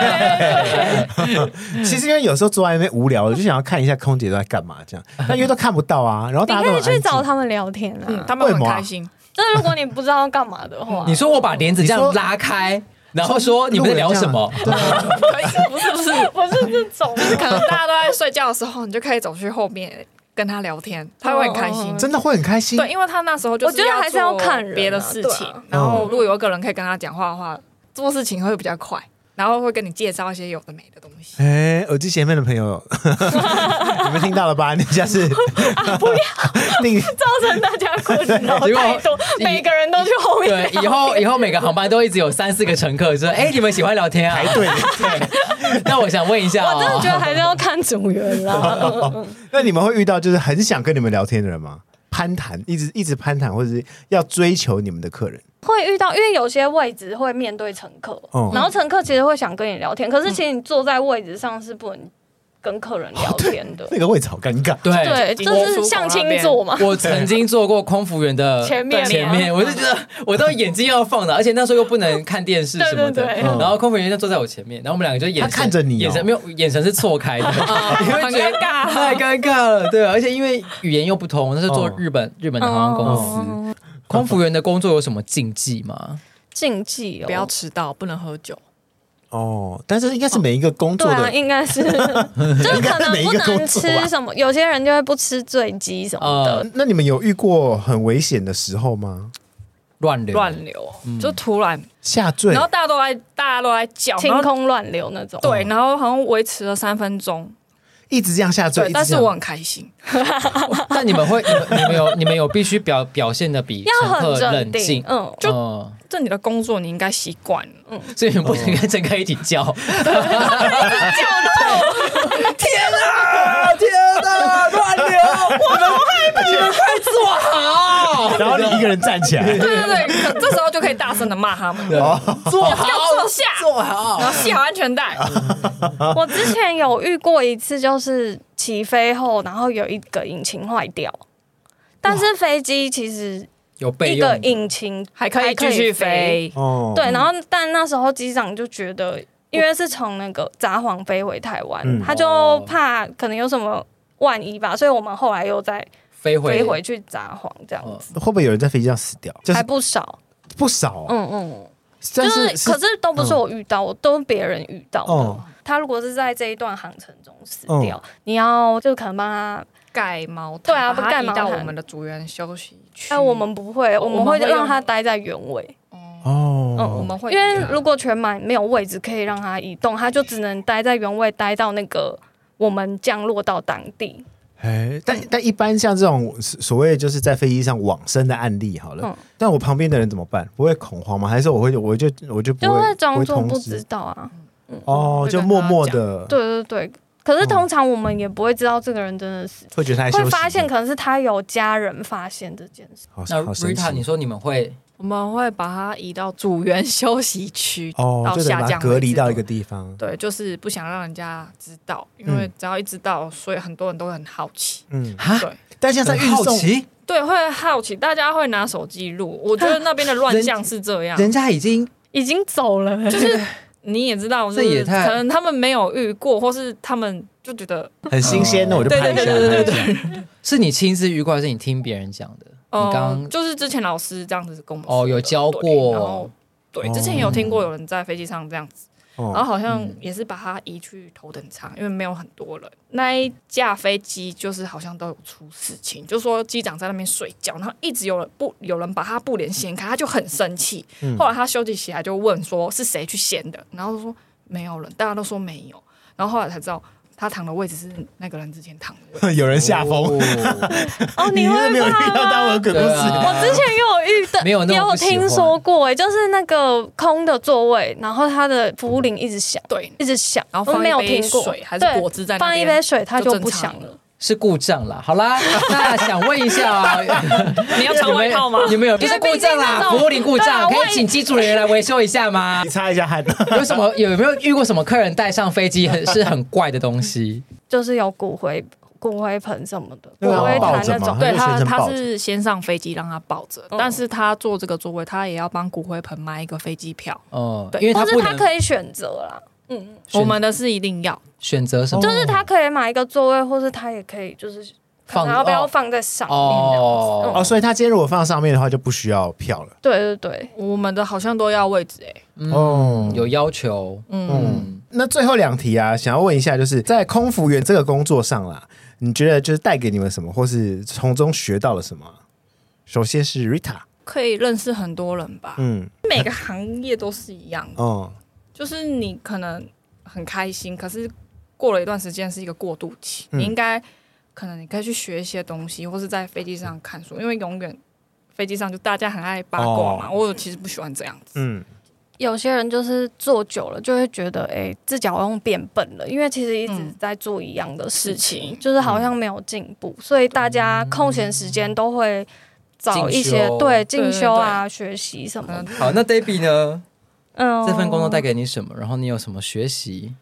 其实因为有时候坐在那边无聊，我就想要看一下空姐都在干嘛这样，但因为都看不到啊，然后大家都你可以去找他们聊天啊， 嗯、他们很开心。 就是如果你不知道干嘛的话， 你说我把帘子这样拉开，然后说你们在聊什么？ 可以，不是不是不是这种， 就是可能大家都在睡觉的时候，你就可以走去后面跟他聊天，他会很开心， 真的会很开心。 对，因为他那时候就是我觉得还是要看别的事情， 啊啊、 然后如果有一个人可以跟他讲话的话，做事情会比较快。然后会跟你介绍一些有的没的东西。 哎，耳机前面的朋友，你们听到了吧？你下次、 啊、不要造成大家困扰太多，每个人都去后面。 对，以后以后每个航班都一直有三四个乘客说：“哎，你们喜欢聊天啊？” 排队。 对。那我想问一下、哦， 我真的觉得还是要看组员啦。 那你们会遇到就是很想跟你们聊天的人吗？攀谈，一直一直攀谈，或者是要追求你们的客人？ 会遇到，因为有些位置会面对乘客，哦、然后乘客其实会想跟你聊天，可是其实你坐在位置上是不能跟客人聊天的。哦、 那个位置好尴尬。 对对，这是相亲座嘛。 我曾经坐过空服员的前面， 前面我就觉得我都眼睛要放的，而且那时候又不能看电视什么的， 对对对然后空服员就坐在我前面，然后我们两个就眼神他看着你、哦， 眼神没有眼神是错开的， 很尴尬， 太尴尬了。对，而且因为语言又不同，那是做日本、哦、日本的航空公司。哦、空服员的工作有什么禁忌吗？ 禁忌哦， 不要迟到，不能喝酒。 哦，但是应该是每一个工作的， 哦、对啊，应该是，就是可能不能吃什么，有些人就会不吃醉鸡什么的、呃。 那你们有遇过很危险的时候吗？ 乱流， 乱流，嗯、就突然下坠， 然后大家都在，大家都在叫， 清空乱流那种。 对，然后好像维持了三分钟。 一直这样下坠， 但是我很开心。 那你们会，你们你们有你们有必须表表现的比乘客冷静， 嗯， 就、嗯、这你的工作你应该习惯了， 嗯， 所以你们不能跟乘客一起叫， 对，一直叫到， 天啊，天啊，乱流，我们害怕，你们快坐好， 然后你一个人站起来， 对对对，这时候就可以大声的骂他们， 坐好， 坐下， 坐好， 然后系好安全带。 我之前有遇过一次，就是起飞后，然后有一个引擎坏掉，但是飞机其实有备一个引擎还可以继续飞， 哦， 对，然后但那时候机长就觉得，因为是从那个札幌飞回台湾，嗯、他就怕可能有什么万一吧，所以我们后来又再飞回飞回去札幌这样子。 会不会有人在飞机上死掉？就是、 还不少， 不少、哦， 嗯嗯。 是就是，可是都不是我遇到，嗯、都是别人遇到的。 哦、 他如果是在这一段航程中死掉，哦、你要就可能帮他盖毛毯， 对啊，盖毛毯到我们的组员休息区。 哎、啊，我们不会，我们会让他待在原位。 哦， 嗯，我们会， 因为如果全满没有位置可以让他移动，他就只能待在原位，待到那个我们降落到当地。 哎，但但一般像这种所谓就是在飞机上往生的案例好了，嗯、但我旁边的人怎么办？不会恐慌吗？还是我会我就我就不会就会装作不知道啊？ 嗯、哦，就默默的， 对对对。可是通常我们也不会知道这个人真的是， 会觉得他会发现可能是他有家人发现这件事。 那 Rita， 你说你们会？ 我们会把它移到组员休息区， 哦， 到下降隔离到一个地方。 对，就是不想让人家知道，因为只要一知道，所以很多人都会很好奇。 嗯， 对。 但现在运送， 对，会好奇，大家会拿手机录。我觉得那边的乱象是这样， 人家已经已经走了， 就是你也知道，这也太可能他们没有遇过，或是他们就觉得很新鲜，那我就拍一下。 对对对对对， 是你亲自遇过，还是你听别人讲的？你刚就是之前老师这样子跟我们哦，有教过， 然后对，之前有听过有人在飞机上这样子，然后好像也是把它移去头等舱，因为没有很多人。那一架飞机就是好像都有出事情，就说机长在那边睡觉，然后一直有人不有人把他布帘掀开，他就很生气。后来他休息起来就问说是谁去掀的，然后说没有人，大家都说没有，然后后来才知道。他躺的位置是那个人之前躺的位置， 有人下风哦，你会没有遇到大文鬼故事？ 我之前也有遇到， 没有那也有听说过，哎，就是那个空的座位，然后他的服务铃一直响， 对， 一直响， 然后放一杯水还是果汁在那边， 放一杯水，他就不响了。 是故障啦。好啦，那想问一下啊， 你要穿外套吗？ 你们有不是故障啦，服务铃故障，可以请机组人员来维修一下吗？ 你擦一下汗。 有什么有没有遇过什么客人带上飞机很是很怪的东西？ 就是有骨灰骨灰盆什么的，骨对啊灰抱着嘛坛那种。 对他， 他就全程抱着他是先上飞机让他抱着， 嗯但是他坐这个座位，他也要帮骨灰盆买一个飞机票。 哦， 对因为他不能或是他可以选择啦，嗯， 选我们的是一定要， 选择什么？ 就是他可以买一个座位，或是他也可以就是放看他要不要哦放在上面哦这样子。 哦， 嗯所以他今天如果放上面的话，就不需要票了。 对对对， 我们的好像都要位置哎、 嗯哦有要求， 嗯， 嗯， 那最后两题啊，想要问一下，就是在空服员这个工作上啦，你觉得就是带给你们什么，或是从中学到了什么？首先是 Rita， 可以认识很多人吧。 嗯， 每个行业都是一样的， 哦， 就是你可能很开心，可是过了一段时间是一个过渡期， 嗯你应该可能你可以去学一些东西，或是在飞机上看书，因为永远飞机上就大家很爱八卦嘛， 哦我其实不喜欢这样子。 嗯， 有些人就是做久了就会觉得，哎、自己好像变笨了，因为其实一直嗯在做一样的事情， 事情就是好像没有进步，所以大家空闲时间都会找一些进修对进对修啊、学习什么的。 好，那 Debbie 呢？ 嗯， 这份工作带给你什么？然后你有什么学习？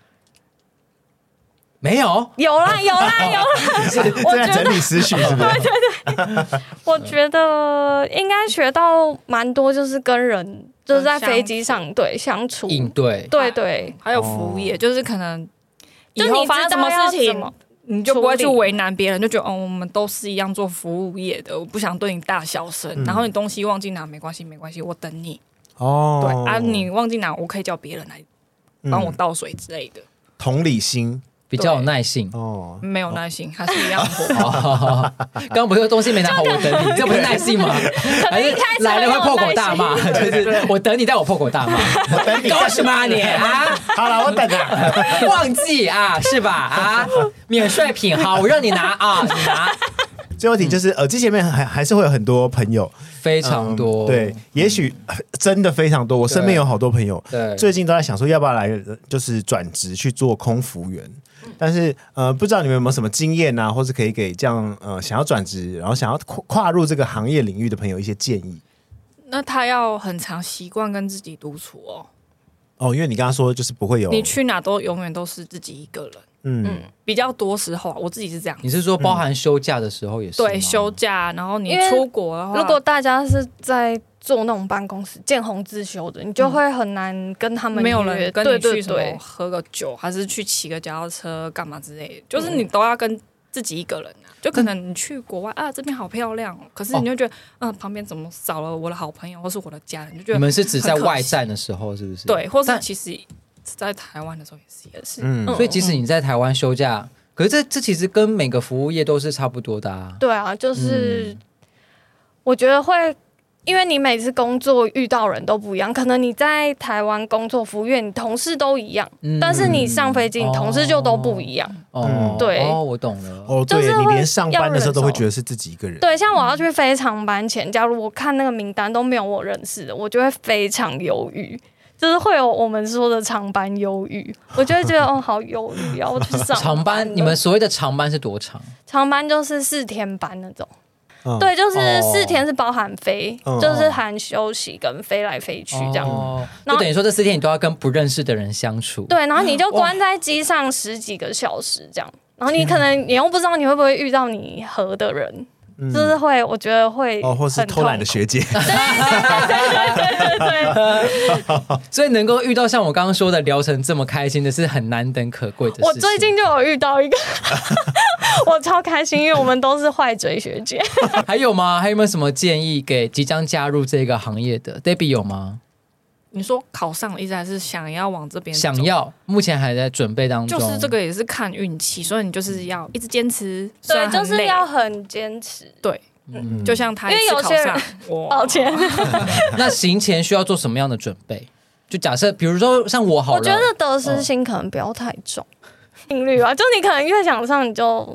没有， 有啦有啦有啦， 正在整理思绪是不是？ 我觉得应该学到蛮多，就是跟人就是在飞机上对相处， 应对， 对对， 还有服务业，就是可能以就你后发生什么事情， 么你就不会去处理为难别人，就觉得哦，我们都是一样做服务业的，我不想对你大小声。 嗯然后你东西忘记拿，没关系，没关系，我等你。 哦， 对啊，你忘记拿，我可以叫别人来帮我倒水之类的。 同理心比较有耐性。 哦， 没有耐心，还是一样活。 哦，刚刚不是东西没拿好，我等你，这不是耐性吗？还是来了会破口大骂？就是我等你，但我破口大骂， 我等你搞什么啊你啊？ 好了，我等啊。 忘记啊，是吧？啊，免税品好，我让你拿啊，你拿。 最后一题就是，耳机前面还还是会有很多朋友， 非常多， 嗯对，也许真的非常多。我身边有好多朋友， 对， 最近都在想说要不要来，就是转职去做空服员。但是呃，不知道你们有没有什么经验啊，或是可以给这样呃想要转职，然后想要跨跨入这个行业领域的朋友一些建议那他要很常习惯跟自己独处哦。 哦。因为你刚刚说就是不会有你去哪都永远都是自己一个人。 嗯嗯，比较多时候啊，我自己是这样。 你是说包含休假的时候也是吗？ 对，休假，然后你因为出国的话， 如果大家是在做那种办公室见红自修的，你就会很难跟他们没有约人跟对你去什么对对， 喝个酒，还是去骑个脚踏车干嘛之类的，就是你都要跟自己一个人啊。就可能你去国外啊，这边好漂亮哦，可是你就觉得，嗯，旁边怎么少了我的好朋友或是我的家人，就觉得你们是指在很可惜外站的时候是不是？ 对，或是但其实在台湾的时候也是也是， 嗯所以即使你在台湾休假，可是这这其实跟每个服务业都是差不多的啊。 对啊，就是、 嗯我觉得会。因为你每次工作遇到人都不一样，可能你在台湾工作服务业，你同事都一样， 嗯但是你上飞机，你同事就都不一样。 哦， 嗯对哦，我懂了。 哦，对就是会你连上班的时候都会觉得是自己一个人。 对，像我要去飞长班前，假如我看那个名单都没有我认识的，我就会非常忧郁，就是会有我们说的长班忧郁，我就会觉得哦，好忧郁，要去上长班， 了你们所谓的长班是多长？ 长班就是四天班那种。 嗯对，就是哦四天是包含飞， 嗯就是含休息跟飞来飞去这样。 哦， 然后就等于说这四天你都要跟不认识的人相处。 对，然后你就关在机上十几个小时这样，然后你可能你又不知道你会不会遇到你合的人， 嗯就是会，我觉得会哦，或是很偷懒的痛苦学姐。 对对对， 所以能够遇到像我刚刚说的聊成这么开心的是很难能可贵的事情。 我最近就有遇到一个，我超开心，因为我们都是坏嘴学姐。 还有吗？还有没有什么建议给即将加入这个行业的 Debbie 有吗？ 你说考上了，意思还是想要往这边走？ 想要，目前还在准备当中。 就是这个也是看运气，所以你就是要一直坚持。虽对， 然很累就是要很坚持。 对， 嗯就像他因为一次考有些人上，我抱歉， 那行前需要做什么样的准备？就假设，比如说像我好了， 我觉得得失心可能不要太重，定律啊，就你可能越想上，你就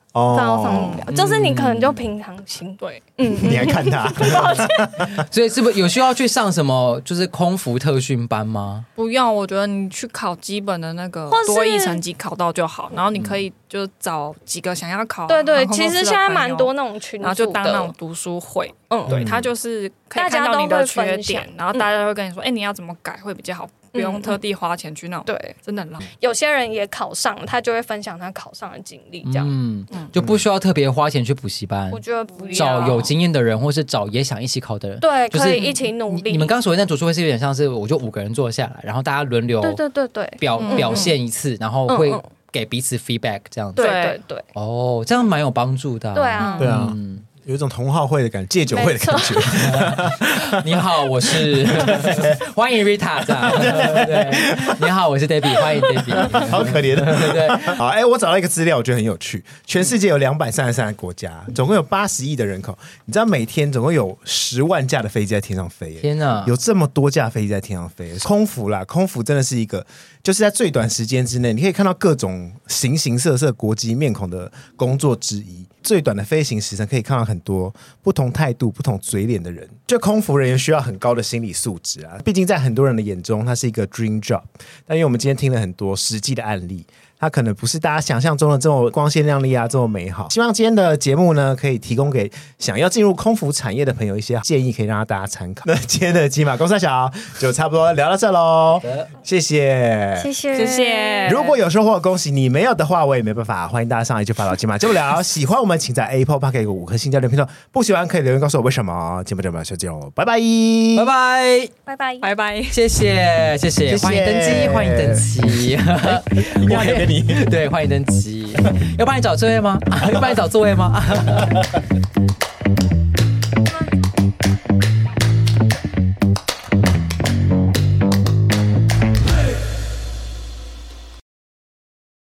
哦照上不了，就是你可能就平常心。 对， 嗯， 你还看他？ 所以是不是有需要去上什么就是空服特训班吗？ 不要，我觉得你去考基本的那个或是多益成绩考到就好，然后你可以就找几个想要考对对， 航空公司的其实现在朋友蛮多那种群组的， 然后就当那种读书会， 嗯对，他就是可以大家看到你的都会分缺享点，然后大家会跟你说，哎，你要怎么改会比较好，不用嗯特地花钱去那种， 对， 真的很浪费。 有些人也考上，他就会分享他考上的经历，这样。 嗯，就不需要特别花钱去补习班我，觉得不要找有经验的人，或是找也想一起考的人。 对， 就是可以一起努力。 你你们刚所谓那读书会是有点像是，我就五个人坐下来，然后大家轮流对对对对表嗯表现一次，然后会嗯嗯给彼此 feedback 这样子。 对对对对哦，这样蛮有帮助的啊。 对啊， 对啊， 嗯， 有一种同好会的感觉，戒酒会的感觉。 你好，我是欢迎 Rita 这样。对，你好，我是 Debbie，欢迎 Debbie。 好可怜的。 对对， 好，哎、我找到一个资料，我觉得很有趣。全世界有两百三十三个国家，总共有八十亿的人口。你知道每天总共有十万架的飞机在天上飞、哎天哪， 有这么多架飞机在天上飞，空服啦，空服真的是一个，就是在最短时间之内，你可以看到各种形形色色国籍面孔的工作之一。最短的飞行时程可以看到很多不同态度、不同嘴脸的人。就空服人员需要很高的心理素质啊，毕竟在很多人的眼中，它是一个 dream job。但因为我们今天听了很多实际的案例，它可能不是大家想象中的这么光鲜亮丽啊，这么美好。希望今天的节目呢，可以提供给想要进入空服产业的朋友一些建议，可以让大家参考。那今天的金马公三小就差不多聊到这喽，谢谢， 谢谢谢谢。 如果有收获，恭喜你；没有的话，我也没办法。欢迎大家上来就发到金马节目聊。喜欢我们，请在 Apple Park 给个五颗星加留评论；不喜欢可以留言告诉我为什么。节目就到这见喽，拜拜， 拜拜。 拜拜。 拜拜。 谢谢谢谢， 谢谢欢迎登机，欢迎登机。 我留给你。 对，欢迎登机。要帮你找座位吗？要帮你找座位吗？